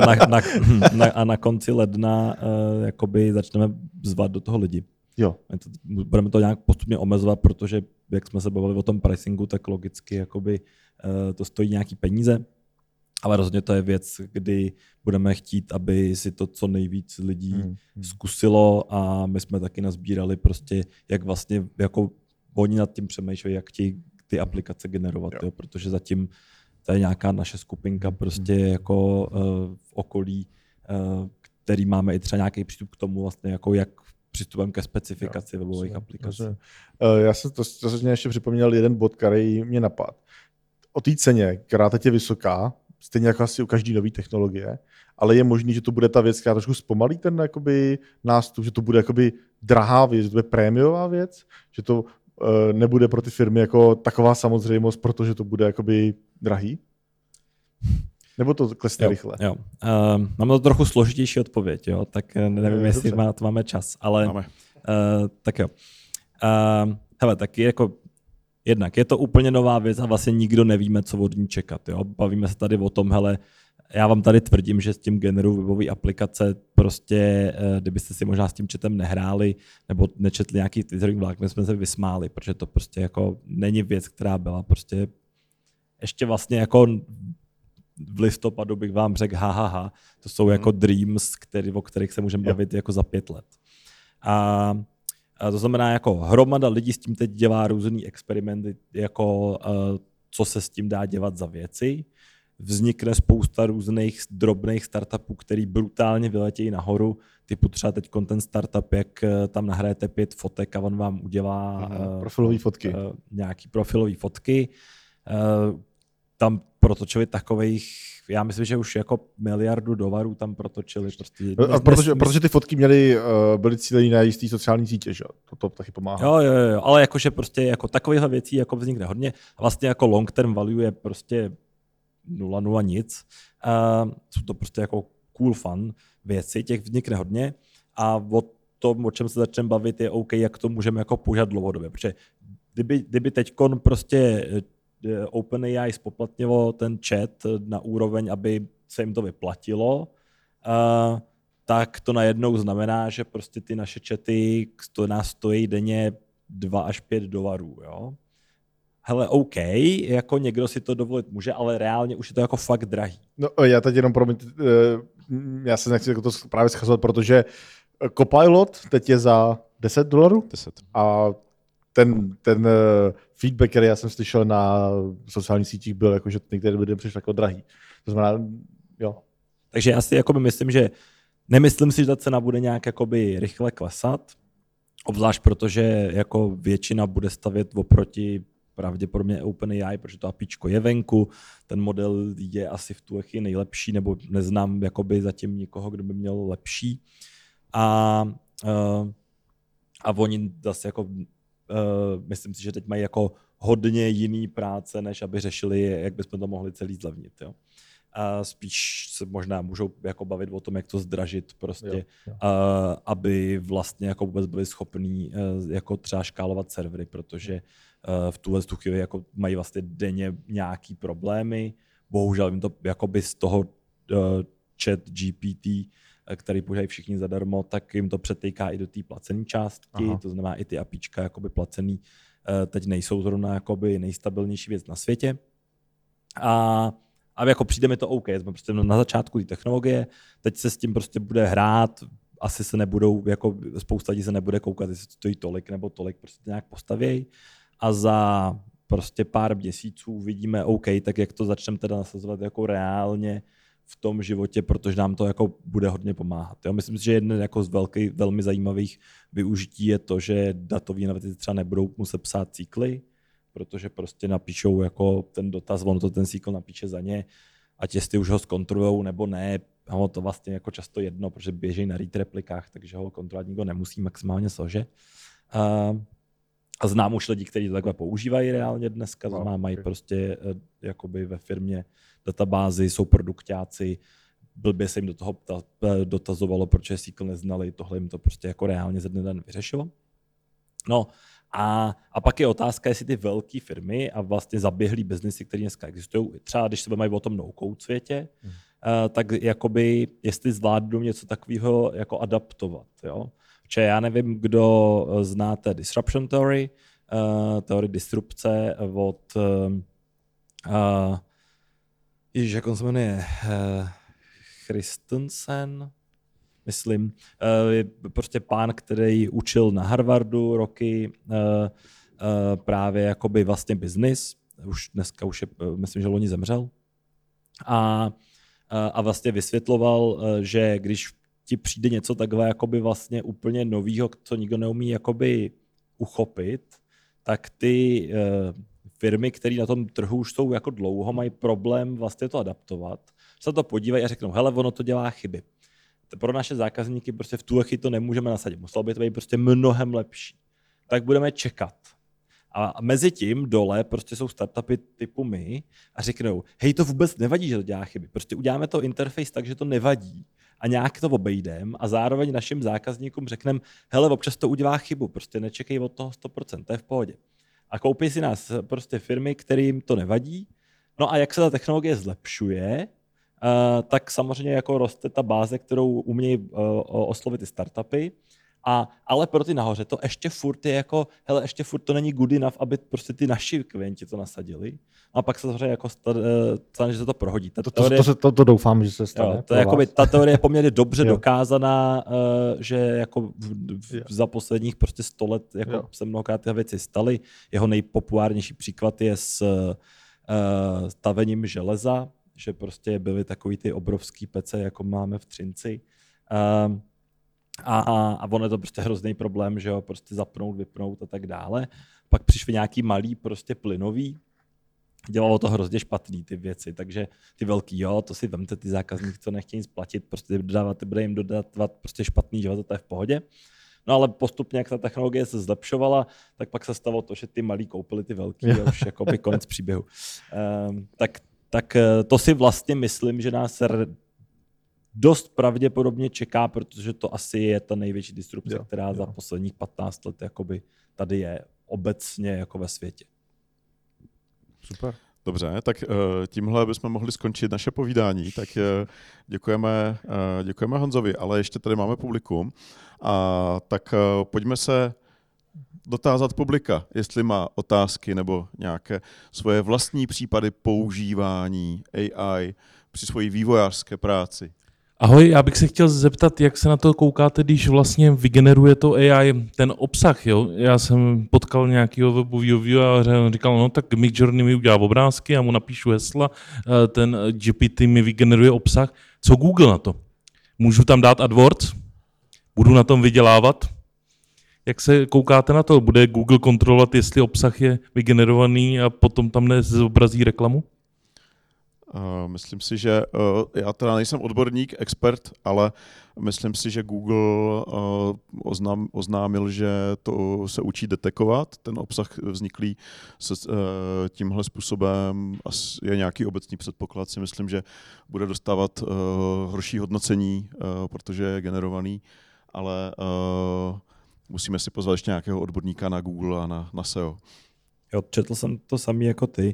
A na konci ledna jakoby začneme zvat do toho lidi. Jo. Budeme to nějak postupně omezovat, protože jak jsme se bavili o tom pricingu, tak logicky jakoby, to stojí nějaký peníze. Ale rozhodně to je věc, kdy budeme chtít, aby si to co nejvíc lidí zkusilo a my jsme taky nazbírali prostě, jak vlastně jako oni nad tím přemýšlejí, jak chtějí ty aplikace generovat, jo, protože zatím to je nějaká naše skupinka prostě jako v okolí, který máme i třeba nějaký přístup k tomu vlastně, jako jak přistupem ke specifikaci webových aplikací. Já jsem to ještě připomněl jeden bod, který mě napadl. O té ceně, která teď je vysoká, stejně jako asi u každé nové technologie, ale je možný, že to bude ta věc, která trošku zpomalí ten jakoby nástup, že to bude jakoby drahá věc, že to bude prémiová věc, že to nebude pro ty firmy jako taková samozřejmost, protože to bude jakoby drahý? Nebo to klesne rychle? Jo. Mám to trochu složitější odpověď, jo? Tak nevím, jestli máme čas, ale tak jo. Hele, tak jako jednak je to úplně nová věc a vlastně nikdo nevíme, co od ní čekat. Jo? Bavíme se tady o tom, hele, já vám tady tvrdím, že s tím generu webové aplikace prostě, kdybyste si možná s tím chatem nehráli nebo nečetli nějaký Twitterový vlák, my jsme se vysmáli, protože to prostě jako není věc, která byla prostě ještě vlastně jako v listopadu bych vám řekl to jsou jako dreams, o kterých se můžeme bavit jako za 5 let. A to znamená, jako hromada lidí s tím teď dělá různý experimenty, jako co se s tím dá dělat za věci. Vznikne spousta různých drobných startupů, který brutálně vyletějí nahoru, typu třeba teď ten startup, jak tam nahrajete 5 fotek a on vám udělá profilové fotky. Nějaký profilové fotky. Tam protočili takových, já myslím, že už jako $1 miliardu tam protočili. Prostě protože ty fotky byly cílené na jistý sociální sítě, že? To taky pomáhá. Jo, ale jakože prostě jako takovýchhle věcí jako vznikne hodně. A vlastně jako long term value je prostě 0 nic. Jsou to prostě jako cool fun věci, těch vznikne hodně. A o tom, o čem se začneme bavit, je OK, jak to můžeme jako používat dlouhodobě. Protože kdyby teďkon prostě OpenAI spoplatnilo ten chat na úroveň, aby se jim to vyplatilo, tak to najednou znamená, že prostě ty naše chaty nás stojí denně $2 až $5. Jo? Hele, OK, jako někdo si to dovolit může, ale reálně už je to jako fakt drahý. No, já teď jenom já se nechci to právě schazovat, protože Copilot teď je za $10 a ten feedback, který já jsem slyšel na sociálních sítích, byl jako, že některé lidem přišlo jako drahý. To znamená, jo. Takže já si jakoby myslím, že nemyslím si, že ta cena bude nějak jakoby rychle klesat, obzvlášť protože jako většina bude stavět oproti pravděpodobně OpenAI, protože to APIčko je venku, ten model je asi v tu chvíli nejlepší, nebo neznám jakoby zatím nikoho, kdo by měl lepší. A oni zase jako myslím si, že teď mají jako hodně jiný práce, než aby řešili, jak bychom to mohli celý zlevnit. Jo. A spíš se možná můžou jako bavit o tom, jak to zdražit prostě, jo. Aby vlastně jako vůbec byli schopní jako třeba škálovat servery, protože v tuhle chvíli jako mají vlastně denně nějaký problémy. Bohužel jim to jakoby z toho chat GPT, který používají všichni zadarmo, tak jim to přetejká i do té placené částky. Aha. To znamená i ty APIčka jakoby placený teď nejsou zrovna jakoby nejstabilnější věc na světě. A jako přijde mi to OK, jsme prostě na začátku té technologie, teď se s tím prostě bude hrát, asi se nebudou, jako spousta lidí se nebude koukat, jestli to stojí tolik nebo tolik, prostě nějak postavějí. A za prostě pár měsíců vidíme OK, tak jak to začneme teda nasazovat jako reálně v tom životě, protože nám to jako bude hodně pomáhat. Jo? Myslím si, že jedno jako z velmi zajímavých využití je to, že datoví analytici třeba nebudou muset psát cykly, protože prostě napíšou jako ten dotaz, ono to ten cykl napíše za ně, ať jestli už ho zkontrolujou nebo ne, ono to vlastně jako často jedno, protože běží na read replikách, takže ho kontrolovat nikdo nemusí, maximálně slože. A znám už lidi, kteří to takhle používají reálně dneska, mají prostě jakoby ve firmě databázy, jsou produkťáci, blbě se jim do toho dotazovalo, protože SQL neznali, tohle jim to prostě jako reálně ze dne na den vyřešilo. No a pak je otázka, jestli ty velké firmy a vlastně zaběhlý biznesy, které dneska existují, třeba když se mají o tom no-code světě, tak jakoby, jestli zvládnou něco takového jako adaptovat. Jo? Protože já nevím, kdo znáte Disruption Theory, teorii disrupce od Ježíš, jak on se jmenuje? Christensen, myslím. Je prostě pán, který učil na Harvardu roky právě jakoby vlastně business. Už dneska už je, myslím, že loni zemřel. A vlastně vysvětloval, že když ti přijde něco takhle jakoby vlastně úplně novýho, co nikdo neumí jakoby uchopit, tak ty firmy, které na tom trhu už jsou jako dlouho, mají problém vlastně to adaptovat. Se to podívají a řeknou, hele, ono to dělá chyby. Pro naše zákazníky prostě v tuhle chvíli to nemůžeme nasadit. Muselo by to být prostě mnohem lepší. Tak budeme čekat. A mezi tím dole prostě jsou startupy typu my a řeknou, hej, to vůbec nevadí, že to dělá chyby. Prostě uděláme to interface tak, že to nevadí a nějak to obejdem a zároveň našim zákazníkům řekneme, hele, občas to udělá chybu, prostě nečekej od toho 100%, to je v pohodě. A koupí si nás prostě firmy, kterým to nevadí. No a jak se ta technologie zlepšuje, tak samozřejmě jako roste ta báze, kterou umějí oslovit ty startupy. Ale pro ty nahoře to ještě furt je jako, hele, ještě furt to není good enough, aby prostě ty naši klienti to nasadili. A pak se samozřejmě jako stane, že se to prohodí. To doufám, že se stane. Jo, to je jakoby, ta teorie je poměrně dobře dokázaná, že jako za posledních prostě 100 let jako se mnohokrát ty věci staly. Jeho nejpopulárnější příklad je s stavením železa, že prostě byly takový ty obrovský pece, jako máme v Třinci. A ono je to prostě hrozný problém, že jo, prostě zapnout, vypnout a tak dále. Pak přišly nějaký malý prostě plynový, dělalo to hrozně špatný ty věci, takže ty velký, jo, to si vemte ty zákazníky, co nechtějí nic platit, prostě bude jim dodávat prostě špatný, že jo, to je v pohodě. No ale postupně, jak ta technologie se zlepšovala, tak pak se stalo to, že ty malí koupili ty velký a už jakoby konec příběhu. Tak to si vlastně myslím, že nás dost pravděpodobně čeká, protože to asi je ta největší disrupce, která za posledních 15 let jakoby tady je obecně jako ve světě. Super. Dobře, tak tímhle bychom mohli skončit naše povídání, tak děkujeme Honzovi, ale ještě tady máme publikum, tak pojďme se dotázat publika, jestli má otázky nebo nějaké svoje vlastní případy používání AI při své vývojářské práci. Ahoj, já bych se chtěl zeptat, jak se na to koukáte, když vlastně vygeneruje to AI ten obsah. Jo? Já jsem potkal nějakého webového vývojáře a on říkal, no tak Midjourney mi udělá obrázky, já mu napíšu hesla, ten GPT mi vygeneruje obsah. Co Google na to? Můžu tam dát AdWords? Budu na tom vydělávat? Jak se koukáte na to? Bude Google kontrolovat, jestli obsah je vygenerovaný a potom tam nezobrazí reklamu? Myslím si, že já teda nejsem odborník, expert, ale myslím si, že Google oznámil, že to se učí detekovat. Ten obsah vzniklý tímhle způsobem je nějaký obecný předpoklad. Si myslím, že bude dostávat horší hodnocení, protože je generovaný, ale musíme si pozvat ještě nějakého odborníka na Google a na SEO. Jo, četl jsem to samý jako ty.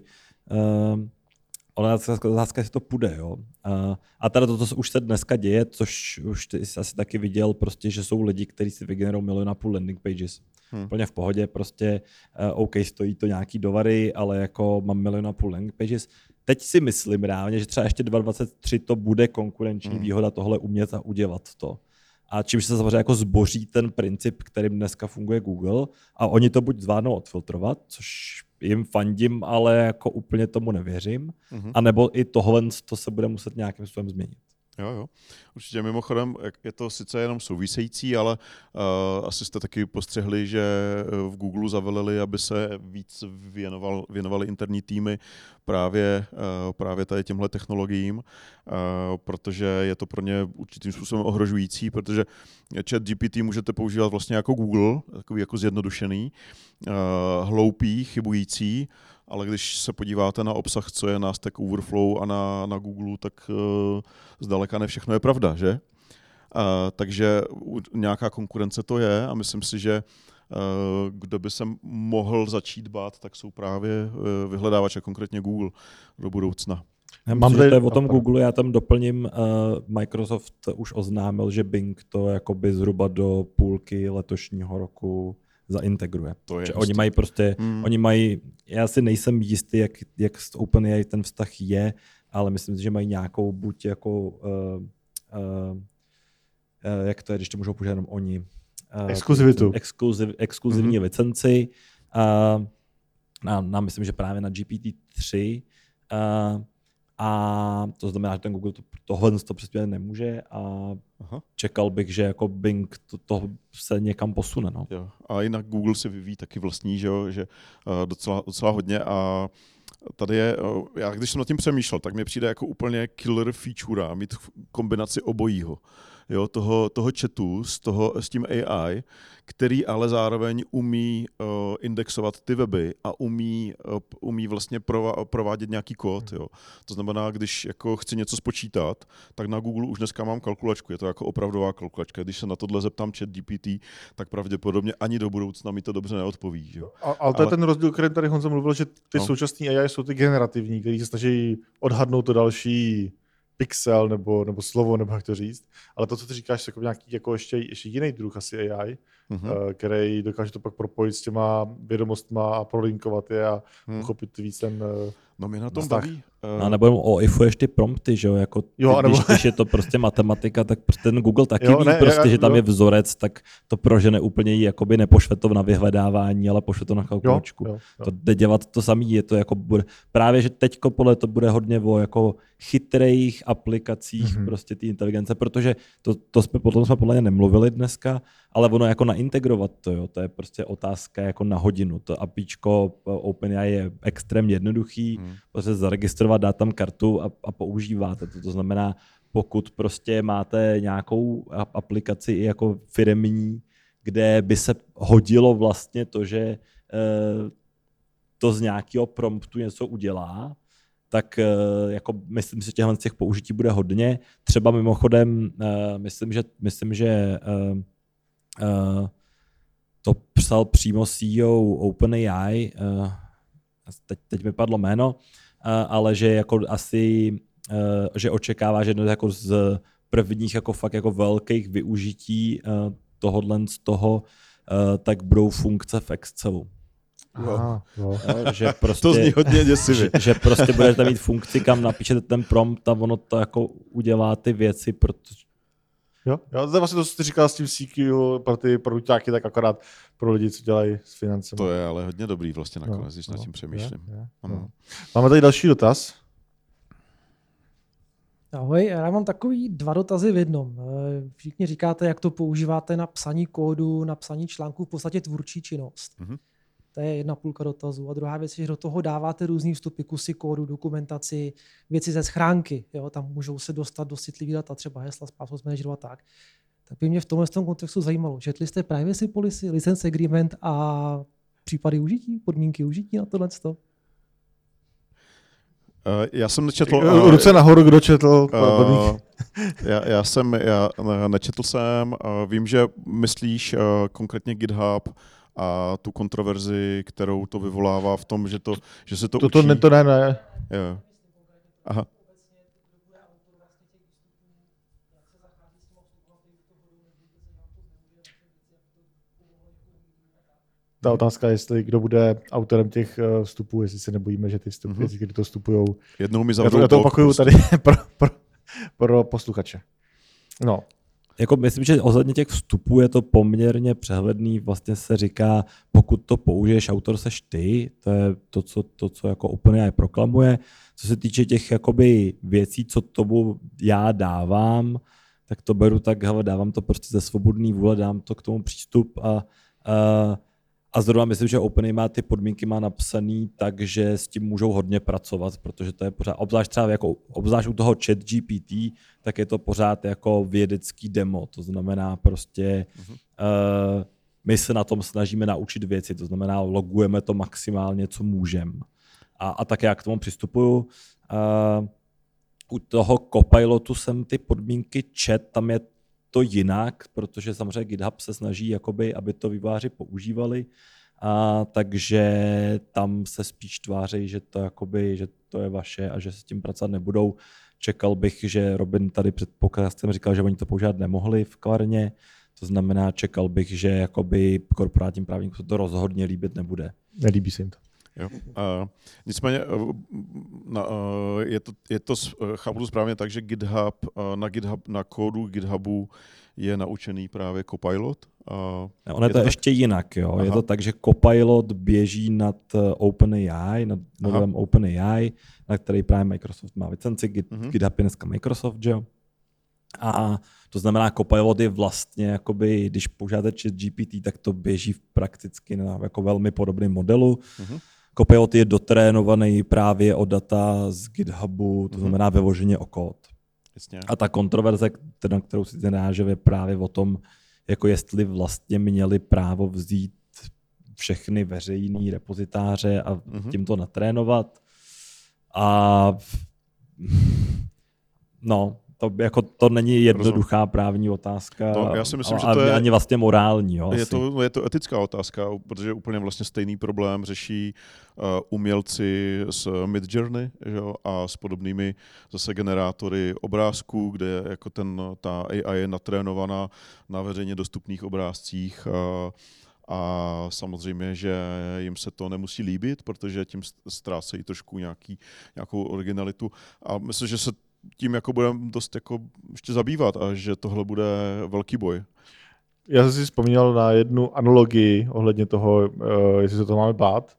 Ale otázka, jestli to půjde, jo. A teda toto už se dneska děje, což už ty jsi asi taky viděl, prostě, že jsou lidi, kteří si vygenerují 1,5 milionu landing pages. Úplně v pohodě, prostě OK, stojí to nějaký dolary, ale jako mám 1,5 milionu landing pages. Teď si myslím reálně, že třeba ještě 2023 to bude konkurenční výhoda tohle umět a udělat to. A čímž se samozřejmě jako zboří ten princip, kterým dneska funguje Google a oni to buď zvládnou odfiltrovat, což jim fandím, ale jako úplně tomu nevěřím, anebo i tohle to se bude muset nějakým způsobem změnit. Jo. Určitě mimochodem je to sice jenom související, ale asi jste taky postřehli, že v Google zaveleli, aby se víc věnovaly interní týmy právě tady těmhle technologiím, protože je to pro ně určitým způsobem ohrožující, protože ChatGPT můžete používat vlastně jako Google, takový jako zjednodušený, hloupý, chybující, ale když se podíváte na obsah, co je na Stack Overflow a na Google, tak zdaleka ne všechno je pravda, že? Takže nějaká konkurence to je a myslím si, že kdo by se mohl začít bát, tak jsou právě vyhledávače, konkrétně Google do budoucna. Mám tady, to je o tom Google, já tam doplním, Microsoft už oznámil, že Bing to jakoby zhruba do půlky letošního roku zaintegruje. Oni mají prostě, já si nejsem jistý, jak s OpenAI ten vztah je, ale myslím si, že mají nějakou buď jako, jak to je, když to můžou použít jenom oni. Exkluzivitu. Exkluzivní licenci. Myslím, že právě na GPT-3. A to znamená, že ten Google tohle to přesně nemůže a čekal bych, že jako Bing to se někam posune. No. Jo. A jinak Google si vyvíjí taky vlastní, že docela hodně a tady je, já když jsem nad tím přemýšlel, tak mi přijde jako úplně killer feature mít kombinaci obojího. Jo, toho chatu s tím AI, který ale zároveň umí indexovat ty weby a umí vlastně provádět nějaký kód. Jo. To znamená, když jako chci něco spočítat, tak na Google už dneska mám kalkulačku. Je to jako opravdová kalkulačka. Když se na tohle zeptám ChatGPT, tak pravděpodobně ani do budoucna mi to dobře neodpoví. Jo. Ale to je ten rozdíl, který tady Honza mluvil, že ty současné AI jsou ty generativní, který se snaží odhadnout to další pixel nebo slovo, nebo jak to říct. Ale to, co ty říkáš, je jako nějaký jako ještě jiný druh asi AI, který dokáže to pak propojit s těma vědomostma a prolinkovat je a uchopit víc ten No mě na tom baví. A nebo oifuješ ty prompty, že jo? Jako když je to prostě matematika, tak prostě ten Google taky ví, že tam je vzorec, tak to prožene úplně jí, jakoby nepošle to na vyhledávání, ale pošle to na kalkulačku. Jo. To jde dělat to samý, je to jako právě, že teďko podle to bude hodně o jako chytrých aplikacích prostě té inteligence, protože potom jsme podle mě nemluvili dneska, ale ono jako naintegrovat to, jo, to je prostě otázka jako na hodinu. To APIčko OpenAI je extrémně jednoduchý, prostě zaregistrovat, dát tam kartu a používáte to. To znamená, pokud prostě máte nějakou aplikaci i jako firemní, kde by se hodilo vlastně to, že to z nějakého promptu něco udělá, tak jako myslím si, že těchto z těch použití bude hodně. Třeba mimochodem, myslím, že to psal přímo CEO OpenAI, teď mi padlo jméno, ale že jako asi, že očekává, že jako z prvních jako fakt jako velkých využití tohodlen z toho, tak budou funkce v Excelu. Aha, že prostě, to zní hodně děsivě. Že prostě budete mít funkci, kam napíšete ten prompt a ono to jako udělá ty věci, protože Jo, to je vlastně to, co ty říkal s tím CQ pro ty produkťáky, tak akorát pro lidi, co dělají s financemi. To je ale hodně dobrý vlastně nakonec, když nad tím přemýšlím. Máme tady další dotaz. Ahoj, já mám takový 2 dotazy v jednom. Všichni říkáte, jak to používáte na psaní kódu, na psaní článků, v podstatě tvůrčí činnost. To je jedna půlka dotazu. A druhá věc je, že do toho dáváte různý vstupy, kusy kódu, dokumentaci, věci ze schránky. Jo? Tam můžou se dostat do citlivých data, třeba hesla, password manageru a tak. Tak by mě v tomhle kontextu zajímalo. Četli jste privacy policy, license agreement a případy užití, podmínky užití na tohle? Já jsem nečetl... Ruce nahoru, kdo četl? Já nečetl jsem. Vím, že myslíš konkrétně GitHub a tu kontroverzi, kterou to vyvolává v tom, že se to učí. To ne. Jo. Aha. Ta otázka je, jestli kdo bude autorem těch vstupů, jestli se nebojíme, že ty vstupy, jestli to vstupujou. Jednou mi zavřou Já to opakuju tady pro posluchače. No. Jako myslím, že ohledně těch vstupů je to poměrně přehledný. Vlastně se říká, pokud to použiješ, autor seš ty, to je to, co jako OpenAI proklamuje. Co se týče těch jakoby věcí, co tomu já dávám, tak to beru tak, hele, dávám to prostě ze svobodný vůle, dám to k tomu přístup a zrovna myslím, že OpenAI má ty podmínky napsaný tak, že s tím můžou hodně pracovat, protože to je pořád, obzvlášť u toho ChatGPT, tak je to pořád jako vědecký demo. To znamená prostě, my se na tom snažíme naučit věci, to znamená logujeme to maximálně, co můžeme. a tak já k tomu přistupuju. U toho Copilotu jsem ty podmínky čet, tam je to jinak, protože samozřejmě GitHub se snaží, jakoby, aby to vývojáři používali, takže tam se spíš tváří, že to, jakoby, že to je vaše a že se s tím pracovat nebudou. Čekal bych, že Robin tady před podcastem říkal, že oni to používat nemohli v kvarně, to znamená, čekal bych, že jakoby korporátním právníkům se to rozhodně líbit nebude. Nelíbí se jim to. Jo. Nicméně je to chápu to správně tak, že GitHub na kódu GitHubu je naučený právě Copilot. Ono je to ještě jinak. Jo. Je to tak, že Copilot běží nad OpenAI, nad modelem OpenAI, na který právě Microsoft má licenci. GitHub je dneska Microsoft, že jo? A to znamená, Copilot je vlastně, jakoby, když používáte ChatGPT, tak to běží prakticky na jako velmi podobném modelu. Copilot je dotrénovaný právě o data z GitHubu, to znamená vyloženě o kód. Jasně. A ta kontroverze, na kterou si naráží, je právě o tom, jako jestli vlastně měli právo vzít všechny veřejné repozitáře a tím to natrénovat. A no, to není jednoduchá právní otázka, no, já si myslím, že to je, ani vlastně morální. Jo, je to etická otázka, protože úplně vlastně stejný problém řeší umělci s Midjourney, že jo, a s podobnými zase generátory obrázků, kde jako ta AI je natrénovaná na veřejně dostupných obrázcích. A samozřejmě, že jim se to nemusí líbit, protože tím ztrácejí trošku nějakou originalitu. A myslím, že se tím jako budeme dost jako ještě zabývat a že tohle bude velký boj. Já jsem si vzpomněl na jednu analogii ohledně toho, jestli se to máme bát,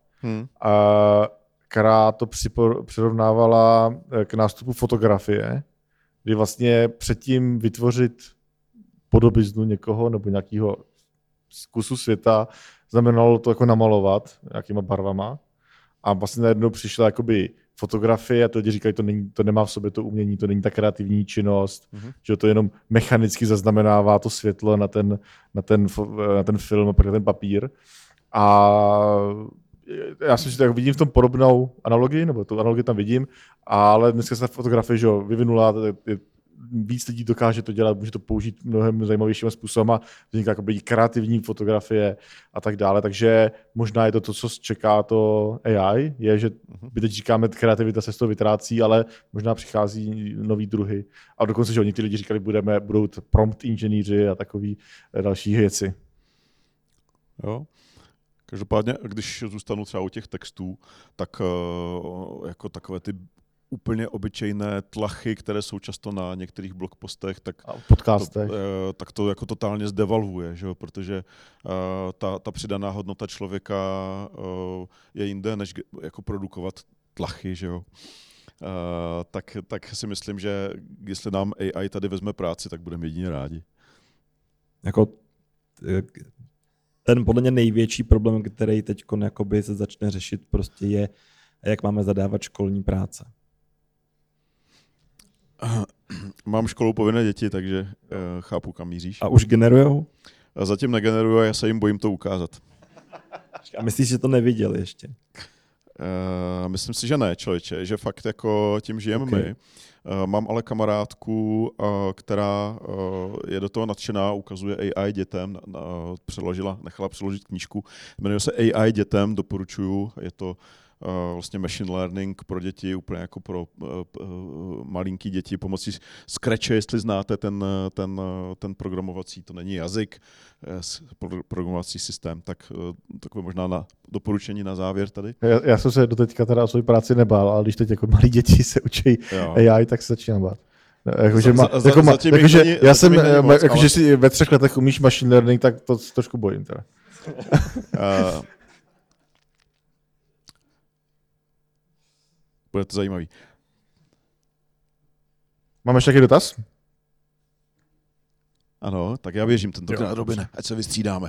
která to přirovnávala k nástupu fotografie, kdy vlastně předtím vytvořit podobiznu někoho nebo nějakého z kusu světa znamenalo to jako namalovat nějakýma barvama a vlastně najednou přišla jakoby fotografie a to lidi říkají, to nemá v sobě to umění, to není ta kreativní činnost, že to jenom mechanicky zaznamenává to světlo na ten film a pak na ten papír. A já si tak vidím v tom podobnou analogii, nebo tu analogii tam vidím, ale dneska se ta fotografie že vyvinula, víc lidí dokáže to dělat, může to použít mnohem zajímavějším způsobem a vzniká jakoby kreativní fotografie a tak dále, takže možná je to, co čeká to AI, je, že my teď říkáme, kreativita se z toho vytrácí, ale možná přichází nový druhy a dokonce, že někteří lidi říkali, budou prompt inženýři a takový další věci. Jo. Každopádně, když zůstanu třeba u těch textů, tak jako takové ty úplně obyčejné tlachy, které jsou často na některých blogpostech, tak to jako totálně zdevalvuje, že jo? Protože ta přidaná hodnota člověka je jinde, než jako produkovat tlachy, že jo? Tak si myslím, že jestli nám AI tady vezme práci, tak budeme jedině rádi. Jako ten podle mě největší problém, který teď se začne řešit, prostě je, jak máme zadávat školní práce. Mám školou povinné děti, takže chápu, kam míříš. A už generujou? Zatím negenerujou a já se jim bojím to ukázat. A myslíš, že to neviděli ještě? Myslím si, že ne, člověče, že fakt jako tím žijeme my. Mám ale kamarádku, která je do toho nadšená, ukazuje AI dětem, nechala přeložit knížku, jmenuje se AI dětem, doporučuju, je to vlastně machine learning pro děti, úplně jako pro malinký děti pomocí Scratche, jestli znáte ten programovací, to není jazyk, programovací systém, tak takové možná na doporučení na závěr tady. Já jsem se doteďka teda o svou práci nebál, ale když teď jako malí děti se učí AI, tak se začínám bát. Jakože si ve 3 letech umíš machine learning, tak to trošku bojím teda. Bude to zajímavý. Máme ještě nějaký dotaz? Ano, tak já běžím tentokrát, Robine, ať se vystřídáme.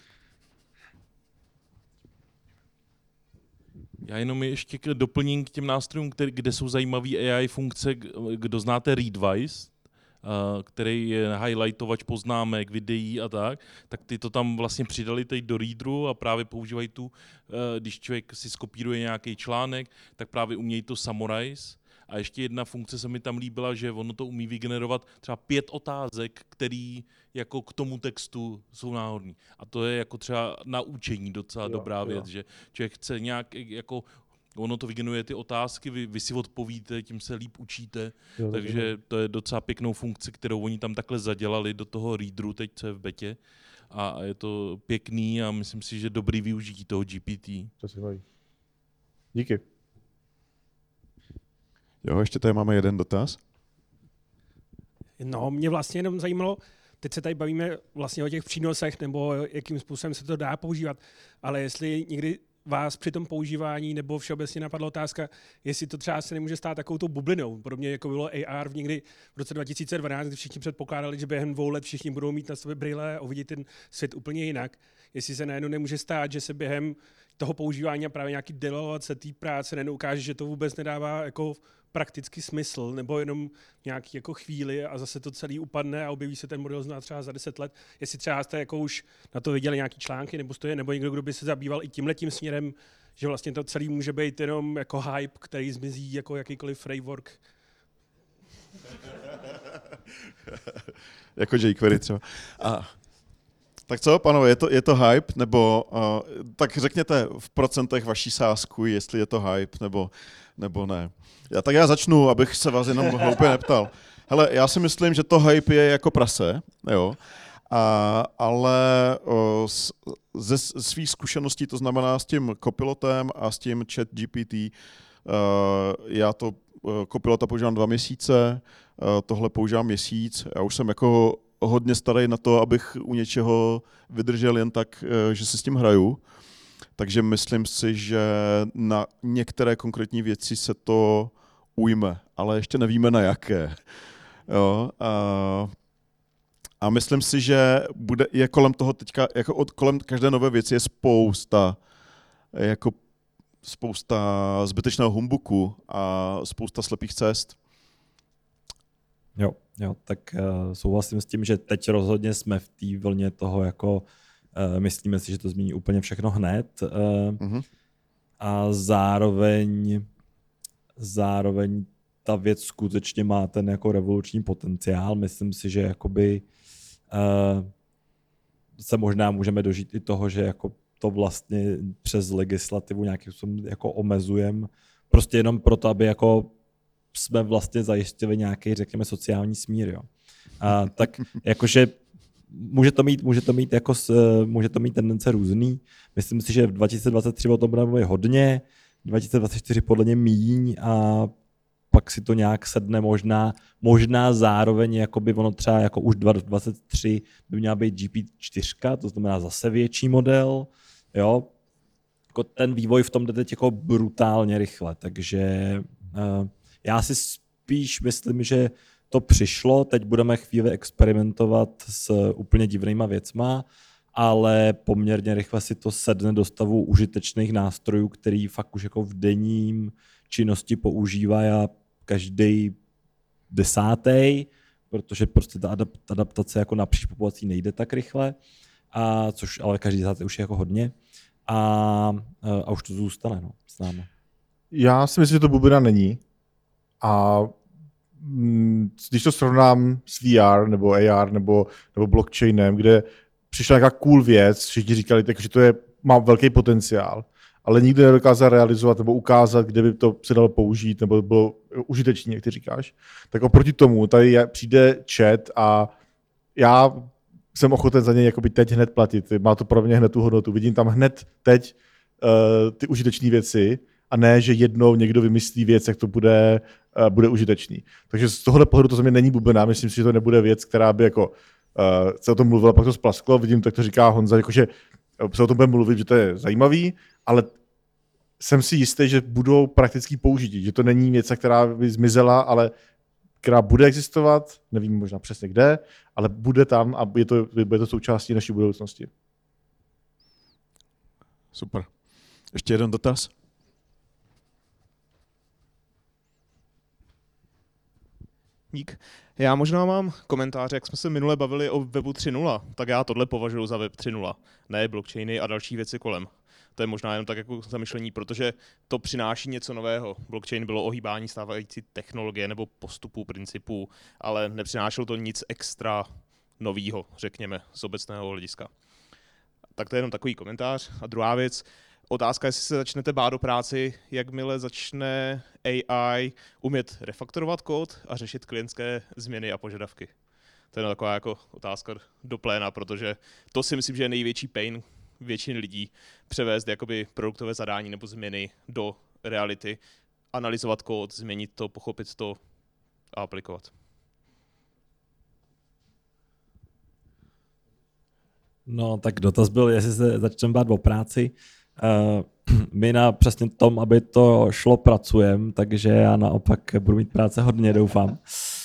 Já jenom ještě doplním k těm nástrojům, kde jsou zajímavé AI funkce, kdo znáte Readwise, který je highlightovač poznámek, videí a tak ty to tam vlastně přidali teď do readeru a právě používají když člověk si skopíruje nějaký článek, tak právě umějí to summarize. A ještě jedna funkce se mi tam líbila, že ono to umí vygenerovat třeba 5 otázek, které jako k tomu textu jsou náhodný. A to je jako třeba na učení docela dobrá věc, že člověk chce nějak jako ono to vygeneruje ty otázky, vy si odpovíte, tím se líp učíte, takže to je docela pěknou funkci, kterou oni tam takhle zadělali do toho readeru, teď co je v betě. A je to pěkný a myslím si, že dobrý využití toho GPT. To se baví. Díky. Jo, ještě tady máme jeden dotaz. No, mě vlastně jenom zajímalo, teď se tady bavíme vlastně o těch přínosech nebo jakým způsobem se to dá používat, ale jestli někdy vás při tom používání nebo všeobecně napadla otázka, jestli to třeba se nemůže stát takovou tou bublinou. Podobně jako bylo AR někdy v roce 2012, kdy všichni předpokládali, že během 2 let všichni budou mít na sobě brýle a uvidí ten svět úplně jinak. Jestli se najednou nemůže stát, že se během toho používání a právě nějaký delovace té práce najednou ukáže, že to vůbec nedává jako praktický smysl, nebo jenom nějaký jako chvíli a zase to celý upadne a objeví se ten model zná třeba za 10 let. Jestli třeba jste jako už na to viděli nějaký články, nebo někdo, kdo by se zabýval i tímhletím směrem, že vlastně to celý může být jenom jako hype, který zmizí jako jakýkoliv framework. Jako jQuery třeba. Tak co, pánové, je to hype, nebo tak řekněte v procentech vaší sázku, jestli je to hype, nebo ne. Já začnu, abych se vás jenom hloupě neptal. Hele, já si myslím, že to hype je jako prase, jo, ale ze svých zkušeností, to znamená s tím copilotem a s tím ChatGPT, já to copilota používám 2 měsíce, tohle používám měsíc, já už jsem jako hodně starý na to, abych u něčeho vydržel jen tak, že si s tím hraju. Takže myslím si, že na některé konkrétní věci se to ujme, ale ještě nevíme na jaké. Jo, a myslím si, že je kolem toho teďka, jako kolem každé nové věci je spousta zbytečného humbuku a spousta slepých cest. Jo, tak souhlasím s tím, že teď rozhodně jsme v té vlně toho, jako myslíme si, že to změní úplně všechno hned. A zároveň ta věc skutečně má ten jako revoluční potenciál. Myslím si, že jakoby se možná můžeme dožít i toho, že jako to vlastně přes legislativu nějakým způsobem jako omezujeme. Prostě jenom proto, aby jako jsme vlastně zajistili nějaký, řekněme, sociální smír. Jo. Tak jakože může to mít tendence různý. Myslím si, že v 2023 o tom budeme mluvit hodně, 2024 podle mě míň a pak si to nějak sedne možná zároveň, jakoby ono třeba jako už 2023 by měla být GP4, to znamená zase větší model. Jo. Jako ten vývoj v tom jde teď jako brutálně rychle, takže já si spíš myslím, že to přišlo, teď budeme chvíli experimentovat s úplně divnýma věcma, ale poměrně rychle si to sedne do stavu užitečných nástrojů, který fakt už jako v denním činnosti používá a každý 10., protože prostě ta adaptace jako napříč populací nejde tak rychle, což ale každý 10. už je jako hodně a už to zůstane s námi. Já si myslím, že to bublina není. A když to srovnám s VR nebo AR nebo blockchainem, kde přišla nějaká cool věc, všichni říkali, že to má velký potenciál, ale nikdo nedokázal realizovat nebo ukázat, kde by to se dalo použít nebo bylo užitečné, jak ty říkáš, tak oproti tomu tady přijde chat a já jsem ochoten za něj jakoby teď hned platit. Má to pro mě hned tu hodnotu. Vidím tam hned teď ty užitečné věci, a ne, že jednou někdo vymyslí věc, jak to bude užitečný. Takže z tohohle pohledu to za mě není bublina. Myslím si, že to nebude věc, která by jako se o tom mluvila, pak to splasklo. Vidím, tak to říká Honza, jakože se o tom bude mluvit, že to je zajímavý, ale jsem si jistý, že budou prakticky použití, že to není věc, která by zmizela, ale která bude existovat, nevím možná přesně kde, ale bude tam a bude to součástí naší budoucnosti. Super. Ještě jeden dotaz? Dík. Já možná mám komentář, jak jsme se minule bavili o webu 3.0, tak já tohle považuji za web 3.0, ne blockchainy a další věci kolem. To je možná jenom tak jako zamyšlení, protože to přináší něco nového. Blockchain bylo ohýbání stávající technologie nebo postupů, principů, ale nepřinášelo to nic extra novýho, řekněme, z obecného hlediska. Tak to je jenom takový komentář. A druhá věc, otázka, jestli se začnete bát o práci, jakmile začne AI umět refaktorovat kód a řešit klientské změny a požadavky. To je taková jako otázka do pléna, protože to si myslím, že je největší pain většiny lidí převést jakoby produktové zadání nebo změny do reality, analyzovat kód, změnit to, pochopit to a aplikovat. No, tak dotaz byl, jestli se začneme bát o práci. My na přesně tom, aby to šlo, pracujeme, takže já naopak budu mít práce hodně, doufám.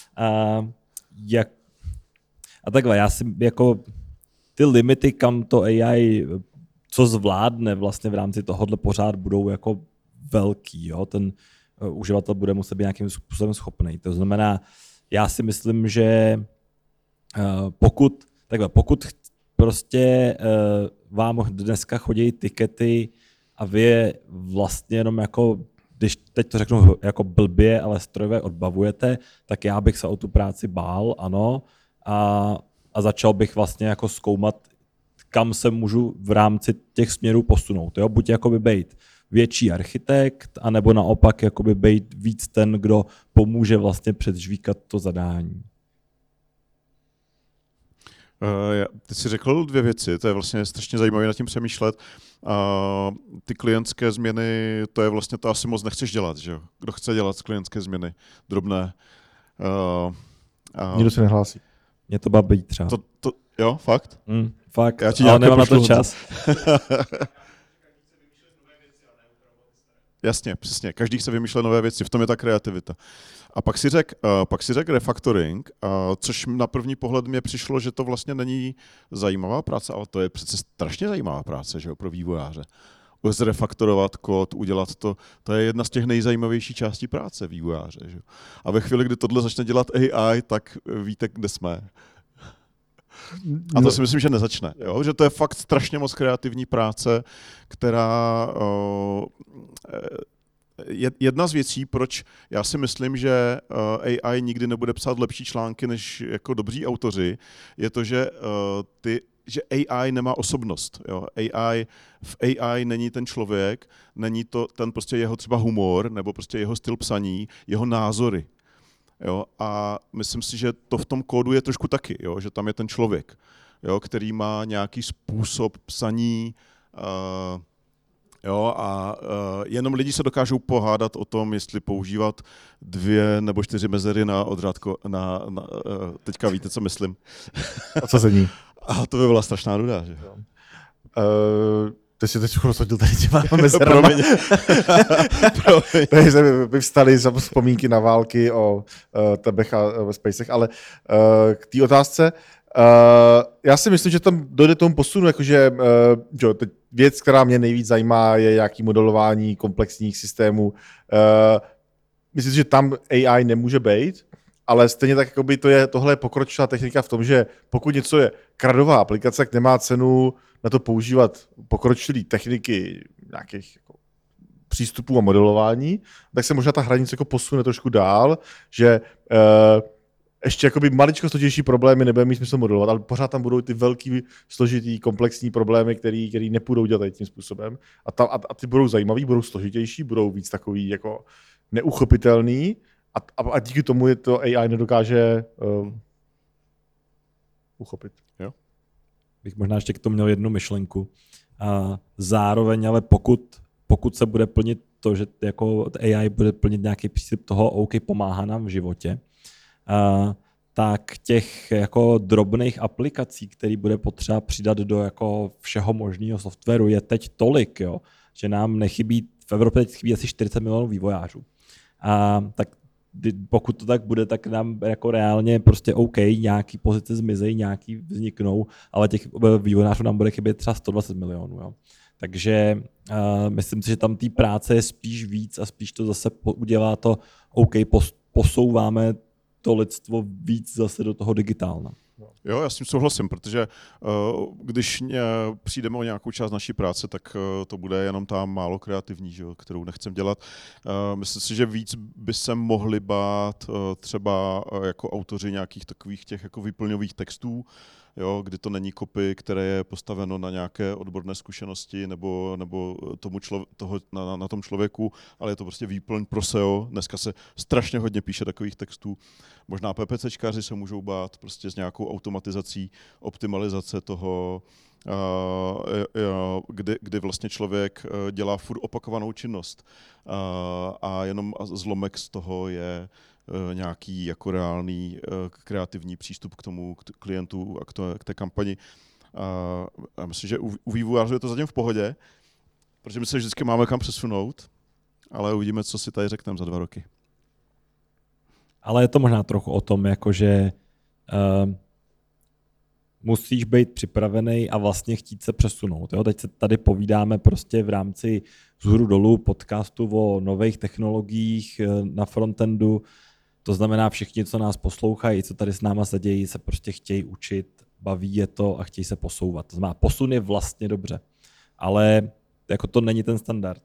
A takhle, já si jako ty limity, kam to AI, co zvládne vlastně v rámci tohohle, pořád budou jako velký. Jo? Ten uživatel bude muset být nějakým způsobem schopný. To znamená, já si myslím, že pokud prostě vám dneska chodí tikety a vy je vlastně jenom jako, když teď to řeknu jako blbě, ale strojové odbavujete, tak já bych se o tu práci bál, ano, a začal bych vlastně jako zkoumat, kam se můžu v rámci těch směrů posunout. Jo? Buď jakoby bejt větší architekt, anebo naopak jakoby bejt víc ten, kdo pomůže vlastně předžvíkat to zadání. Ty jsi řekl dvě věci, to je vlastně strašně zajímavé nad tím přemýšlet. Ty klientské změny, to je vlastně, to asi moc nechceš dělat, že jo? Kdo chce dělat klientské změny drobné? Nikdo se nehlásí. Mě to baví třeba. Jo, fakt? Fakt, já ti ale nemám na to čas. Jasně, přesně. Každý chce vymýšlet nové věci, v tom je ta kreativita. A pak si řek refactoring, což na první pohled mě přišlo, že to vlastně není zajímavá práce, ale to je přece strašně zajímavá práce, že jo, pro vývojáře. Zrefaktorovat kód, udělat to je jedna z těch nejzajímavějších částí práce vývojáře. Že? A ve chvíli, kdy tohle začne dělat AI, tak víte, kde jsme. A to si myslím, že nezačne. Jo? Že to je fakt strašně moc kreativní práce, která jedna z věcí, proč já si myslím, že AI nikdy nebude psát lepší články než jako dobří autoři, je to, že AI nemá osobnost. Jo? V AI není ten člověk, není to ten prostě jeho třeba humor, nebo prostě jeho styl psaní, jeho názory. Jo? A myslím si, že to v tom kódu je trošku taky, jo? Že tam je ten člověk, jo? Který má nějaký způsob psaní, jenom lidi se dokážou pohádat o tom, jestli používat 2 nebo 4 mezery na odřádko, teďka víte, co myslím. A co se ní? A to by byla strašná nuda, že? Ty si teď rozhodil tady těma mezerama. Promiň. Vyvstaly vzpomínky na války o tebech a ve spacech, ale k té otázce, já si myslím, že tam dojde tomu posunu, jakože věc, která mě nejvíc zajímá, je nějaký modelování komplexních systémů. Myslím si, že tam AI nemůže být, ale stejně tak, jakoby tohle je pokročilá technika v tom, že pokud něco je kradová aplikace, tak nemá cenu na to používat pokročilé techniky nějakých jako přístupů a modelování, tak se možná ta hranice jako posune trošku dál, že ještě jakoby maličko složitější problémy nebude mít smysl modelovat, ale pořád tam budou ty velký, složitý, komplexní problémy, který nepůjdou dělat tím způsobem. A ty budou zajímavý, budou složitější, budou víc takový jako neuchopitelný a díky tomu je to AI nedokáže uchopit. Jo. Bych možná ještě k tomu měl jednu myšlenku. A zároveň, ale pokud se bude plnit to, že jako AI bude plnit nějaký přístup toho, OK, pomáhá nám v životě, tak těch jako drobných aplikací, které bude potřeba přidat do jako všeho možného softwaru, je teď tolik, jo, že nám nechybí, v Evropě teď chybí asi 40 milionů vývojářů. Tak pokud to tak bude, tak nám jako reálně prostě OK, nějaký pozice zmizejí, nějaký vzniknou, ale těch vývojářů nám bude chybět třeba 120 milionů. Jo. Takže myslím si, že tam té práce je spíš víc a spíš to zase udělá to OK, posouváme to lidstvo víc zase do toho digitálna. Jo, já s tím souhlasím, protože když přijdeme o nějakou část naší práce, tak to bude jenom ta málo kreativní, že jo, kterou nechcem dělat. Myslím si, že víc by se mohli bát třeba jako autoři nějakých takových těch jako vyplňových textů, jo, kdy to není copy, které je postaveno na nějaké odborné zkušenosti nebo na tom člověku, ale je to prostě výplň pro SEO. Dneska se strašně hodně píše takových textů. Možná PPCčkáři se můžou bát prostě s nějakou automatizací, optimalizace toho, kdy vlastně člověk dělá furt opakovanou činnost a jenom zlomek z toho je nějaký jako reálný kreativní přístup k tomu k klientu a k té kampani. A myslím, že u vývojářů je to zatím v pohodě, protože my se vždycky máme kam přesunout, ale uvidíme, co si tady řekneme za 2 roky. Ale je to možná trochu o tom, jakože musíš být připravený a vlastně chtít se přesunout. Jo? Teď se tady povídáme prostě v rámci vzhůru dolů podcastu o nových technologiích na frontendu. To znamená, všichni, co nás poslouchají, co tady s náma sedějí, se prostě chtějí učit, baví je to a chtějí se posouvat. To znamená, posun je vlastně dobře, ale jako to není ten standard.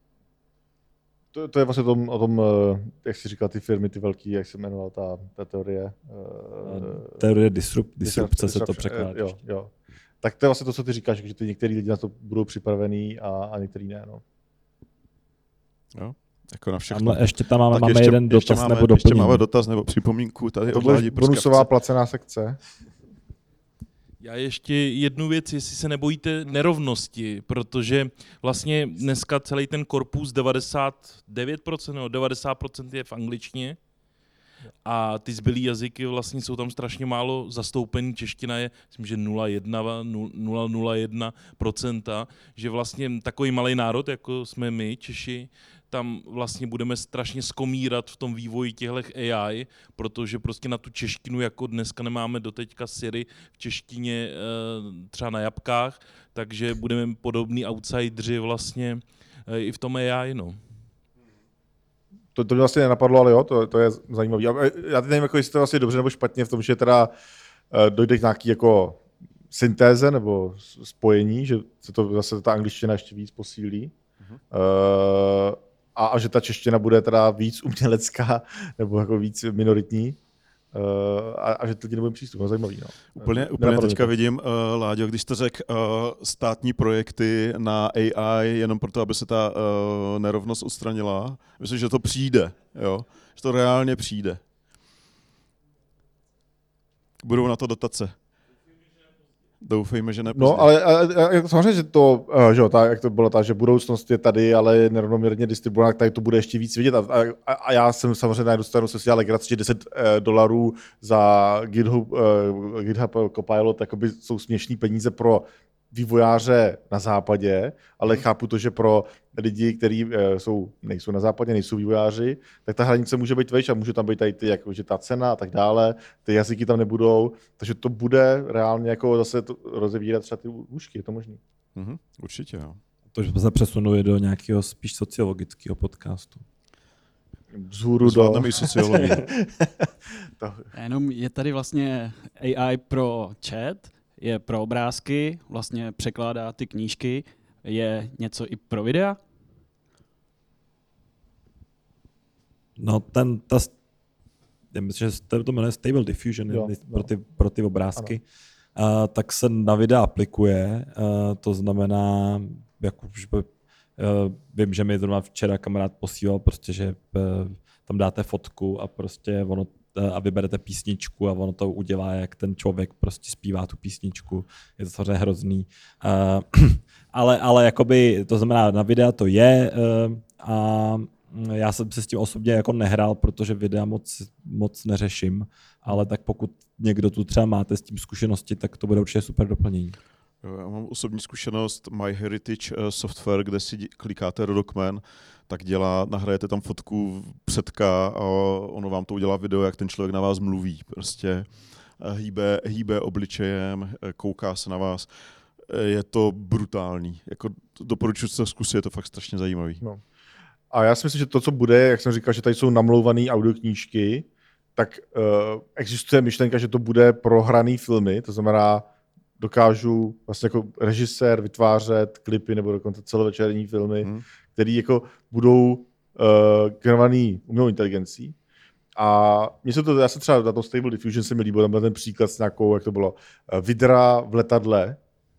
To je vlastně o tom, jak jsi říkal, ty firmy, ty velký, jak se jmenovala ta teorie? Teorie disrupce se to překládá. Jo. Tak to je vlastně to, co ty říkáš, že ty některý lidi na to budou připravený a některý ne. No. Jo. Jako na všechno. Ještě tam máme jeden dotaz nebo doplnění. Ještě máme dotaz nebo připomínku tady od Ládi Prskavce. Bonusová placená sekce. Já ještě jednu věc, jestli se nebojíte nerovnosti, protože vlastně dneska celý ten korpus 99% nebo 90% je v angličtině a ty zbylý jazyky vlastně jsou tam strašně málo zastoupený. Čeština je, myslím, že 0,01%, že vlastně takový malý národ, jako jsme my, Češi, tam vlastně budeme strašně skomírat v tom vývoji těchto AI, protože prostě na tu češtinu, jako dneska nemáme doteďka Siri v češtině třeba na jabkách, takže budeme podobní outsideri vlastně i v tom AI, no. To mě vlastně nenapadlo, ale jo, to je zajímavé. Já teď nevím, jako jestli to vlastně dobře nebo špatně v tom, že teda dojde k nějaký jako syntéze nebo spojení, že se to zase ta angličtina ještě víc posílí. A že ta čeština bude teda víc umělecká nebo jako víc minoritní a že lidi nebudou přístup. No, zajímavý. No. Úplně teďka vidím, Láďo, když jste řekl státní projekty na AI jenom proto, aby se ta nerovnost odstranila. Myslím, že to přijde, jo? Že to reálně přijde. Budou na to dotace. Doufejme, že ne. No, ale samozřejmě, že to, že jak to bylo, že budoucnost je tady, ale je nerovnoměrně distribuovaná, tady to bude ještě víc vidět. A já jsem samozřejmě na jednu stranu se si dělal legraci, že $10 za GitHub Copilot jsou směšný peníze pro vývojáře na západě, ale chápu to, že pro lidi, kteří nejsou na západě, nejsou vývojáři, tak ta hranice může být vejš a může tam být tady že ta cena a tak dále, ty jazyky tam nebudou, takže to bude reálně jako zase rozevírat třeba ty úšky, je to možný. Určitě, jo. To, že se přesunuje do nějakého spíš sociologického podcastu. Vzhůru do... Jenom je tady vlastně AI pro chat, je pro obrázky, vlastně překládá ty knížky, je něco i pro videa? No já myslím, že to jmenuje Stable Diffusion pro ty obrázky, tak se na videa aplikuje, to znamená, jak už vím, že mi zrovna včera kamarád posílal, prostě, že tam dáte fotku a prostě ono a vyberete písničku a ono to udělá, jak ten člověk prostě zpívá tu písničku. Je to samozřejmě hrozný. Ale jakoby, to znamená, na videa to je a já jsem se s tím osobně jako nehrál, protože videa moc neřeším, ale tak pokud někdo tu třeba máte s tím zkušenosti, tak to bude určitě super doplnění. Já mám osobní zkušenost MyHeritage software, kde si klikáte Rodokmen, tak nahrajete tam fotku předka a ono vám to udělá video, jak ten člověk na vás mluví. Prostě hýbe obličejem, kouká se na vás. Je to brutální. Jako, doporučuji se zkusit, je to fakt strašně zajímavý. No. A já si myslím, že to, co bude, jak jsem říkal, že tady jsou namlouvané audioknížky, tak existuje myšlenka, že to bude pro hraný filmy, to znamená, dokážu vlastně jako režisér vytvářet klipy nebo dokonce celovečerní filmy, které jako budou generovaný umělou inteligencí. A já se třeba na tom Stable Diffusion se mi líbil, tam byl ten příklad s nějakou, jak to bylo, vidra v letadle,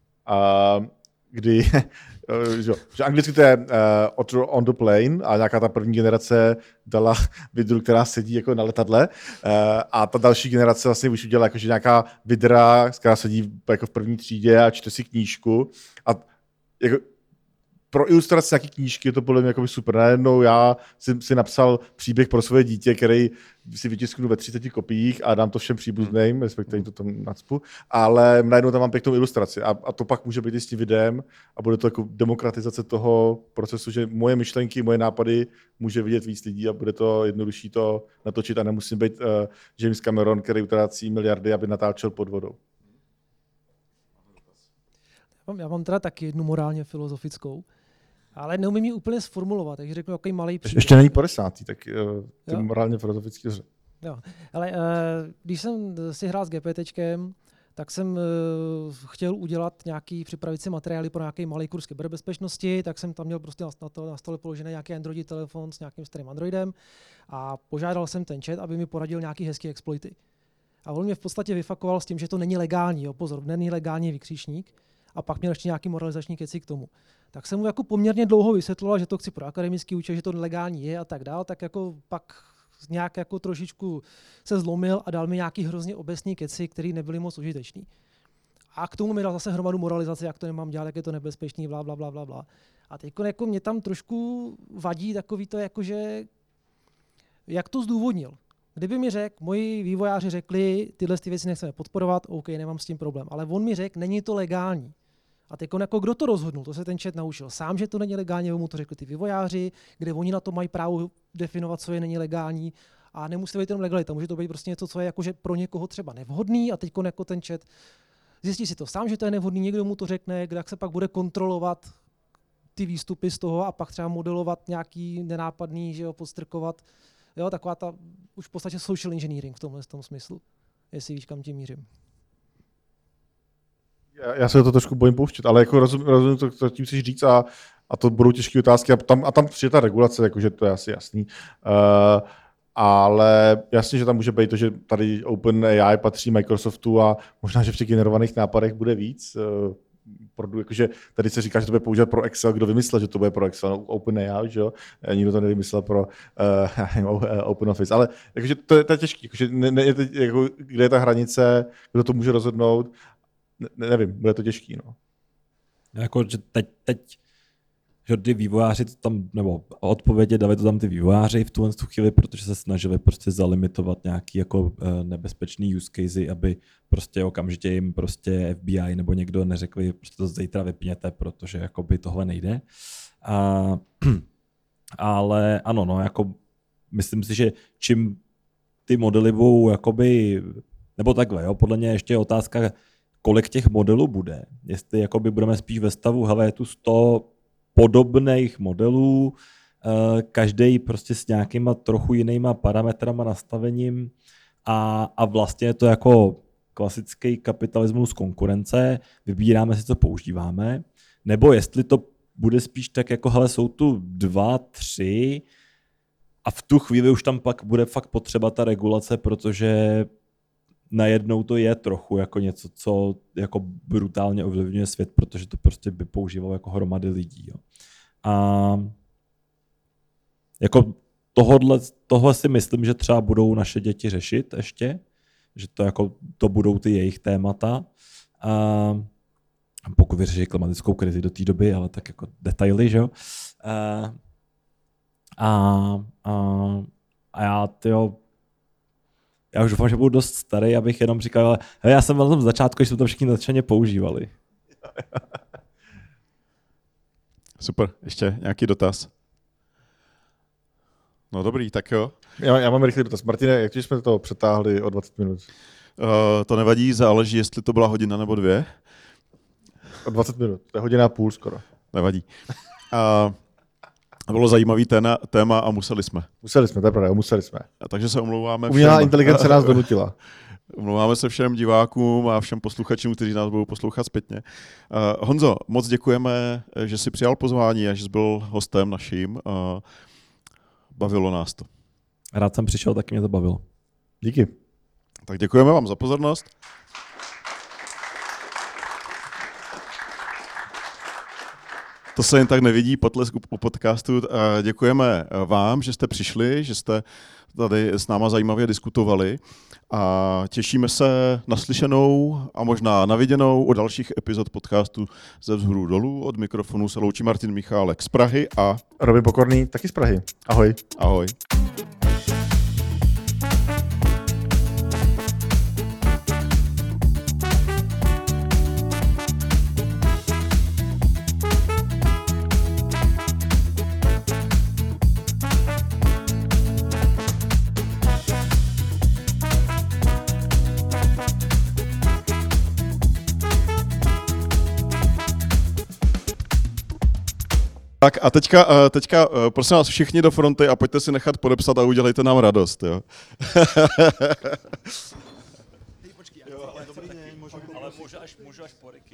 kdy, že anglicky to je on the plane a nějaká ta první generace dala vidru, která sedí jako na letadle a ta další generace vlastně už udělala jakože nějaká vidra, která sedí jako v první třídě a čte si knížku a jako pro ilustraci nějaký knížky to bylo jako super. Najednou já jsem si napsal příběh pro svoje dítě, který si vytisknu ve 30 kopiích a dám to všem příbuzným, respektive to tam nacpu, ale najednou tam mám pěknou ilustraci a to pak může být i s tím videem a bude to jako demokratizace toho procesu, že moje myšlenky, moje nápady může vidět víc lidí a bude to jednodušší to natočit a nemusím být James Cameron, který utrácí miliardy, aby natáčel pod vodou. Já mám teda taky jednu morálně filozofickou, ale neumím ji úplně sformulovat, takže řeknu jaký malý příklad. Ještě není po 10. tak ty morálně filozofický hře. Jo, ale když jsem si hrál s GPTčkem, tak jsem chtěl připravit si materiály pro nějaký malý kurz kyberbezpečnosti, tak jsem tam měl prostě na stole položený nějaký Android telefon s nějakým starým Androidem a požádal jsem ten chat, aby mi poradil nějaký hezký exploity. A on mě v podstatě vyfakoval s tím, že to není legální, jo, pozor, není legální vykřičník. A pak měl ještě nějaký moralizační keci k tomu. Tak jsem mu jako poměrně dlouho vysvětloval, že to chci pro akademický účel, že to nelegální je a tak dál, tak jako pak nějak jako trošičku se zlomil a dal mi nějaký hrozně obecný keci, který nebyly moc užitečný. A k tomu mi dal zase hromadu moralizace, jak to nemám dělat, jak je to nebezpečný, bla, bla, bla, bla, bla. A teď jako mě tam trošku vadí takový to, jakože, jak to zdůvodnil. Kdyby mi řekl, moji vývojáři řekli, tyhle věci nechceme podporovat, OK, nemám s tím problém, ale on mi řekl, není to legální. A teď jako kdo to rozhodnul, to se ten chat naučil sám, že to není legální, mu to řekli ty vývojáři, kde oni na to mají právo definovat, co je není legální a nemusí být jenom legalita, může to být prostě něco, co je jakože pro někoho třeba nevhodný a teď jako ten chat zjistí si to sám, že to je nevhodný, někdo mu to řekne, jak se pak bude kontrolovat ty výstupy z toho a pak třeba modelovat nějaký nenápadný, že jo, podstrkovat, jo, taková ta už v podstatě social engineering v tomhle tom smyslu, jestli víš, kam tím mířím. Já se to trošku bojím pouštět, ale jako rozumím to, co tím chceš říct a to budou těžké otázky a tam přijde ta regulace, jakože to je asi jasný. Ale jasně, že tam může být to, že tady OpenAI patří Microsoftu a možná, že v těch generovaných nápadech bude víc. Jakože tady se říká, že to bude používat pro Excel, kdo vymyslel, že to bude pro Excel, no, OpenAI, že jo? Nikdo to nevymyslel pro OpenOffice, ale jakože to je těžké, jako, kde je ta hranice, kdo to může rozhodnout, nevím, bude to těžký, no. Jako, že teď že ty vývojáři to tam, nebo odpovědě dali to tam ty vývojáři v tu chvíli, protože se snažili prostě zalimitovat nějaký jako nebezpečný use casey, aby prostě okamžitě jim prostě FBI nebo někdo neřekli, prostě to zítra vypněte, protože jakoby tohle nejde. Ale ano, no, jako myslím si, že čím ty modely budou jakoby, nebo takhle, jo, podle mě ještě je otázka, kolik těch modelů bude. Jestli jakoby budeme spíš ve stavu, hele, je tu 100 podobných modelů, každý prostě s nějakýma trochu jinýma parametrama, nastavením a vlastně je to jako klasický kapitalismus konkurence, vybíráme si, co používáme, nebo jestli to bude spíš tak jako, hele, jsou tu 2, 3 a v tu chvíli už tam pak bude fakt potřeba ta regulace, protože najednou to je trochu jako něco, co jako brutálně ovlivňuje svět, protože to prostě by používalo jako hromady lidí. Jo. A jako tohle si myslím, že třeba budou naše děti řešit ještě, že to budou ty jejich témata. A pokud vyřeší klimatickou krizi do té doby, ale tak jako detaily, že jo. A já už doufám, že budu dost starý, abych jenom říkal, ale já jsem na tom začátku, že jsme to všichni nadšeně používali. Super, ještě nějaký dotaz? No dobrý, tak jo. Já mám rychlý dotaz. Martine, jak jsme to přetáhli o 20 minut? To nevadí, záleží, jestli to byla hodina nebo 2. O 20 minut, to je hodina a půl skoro. Nevadí. Bylo zajímavý téma a museli jsme. Museli jsme, to je pravda, museli jsme. Takže se omlouváme všem. Umělá inteligence nás donutila. Omlouváme se všem divákům a všem posluchačům, kteří nás budou poslouchat zpětně. Honzo, moc děkujeme, že jsi přijal pozvání a že jsi byl hostem naším. Bavilo nás to. Rád jsem přišel, taky mě to bavilo. Díky. Tak děkujeme vám za pozornost. To se jen tak nevidí, potlesk u podcastu. Děkujeme vám, že jste přišli, že jste tady s náma zajímavě diskutovali a těšíme se na slyšenou a možná na viděnou u dalších epizod podcastu Ze vzhůru dolů. Od mikrofonu se loučí Martin Michálek z Prahy a Robin Pokorný, taky z Prahy. Ahoj. Ahoj. Tak a teďka prosím vás všichni do fronty a pojďte si nechat podepsat a udělejte nám radost, jo. Ale můžu až po Ricky.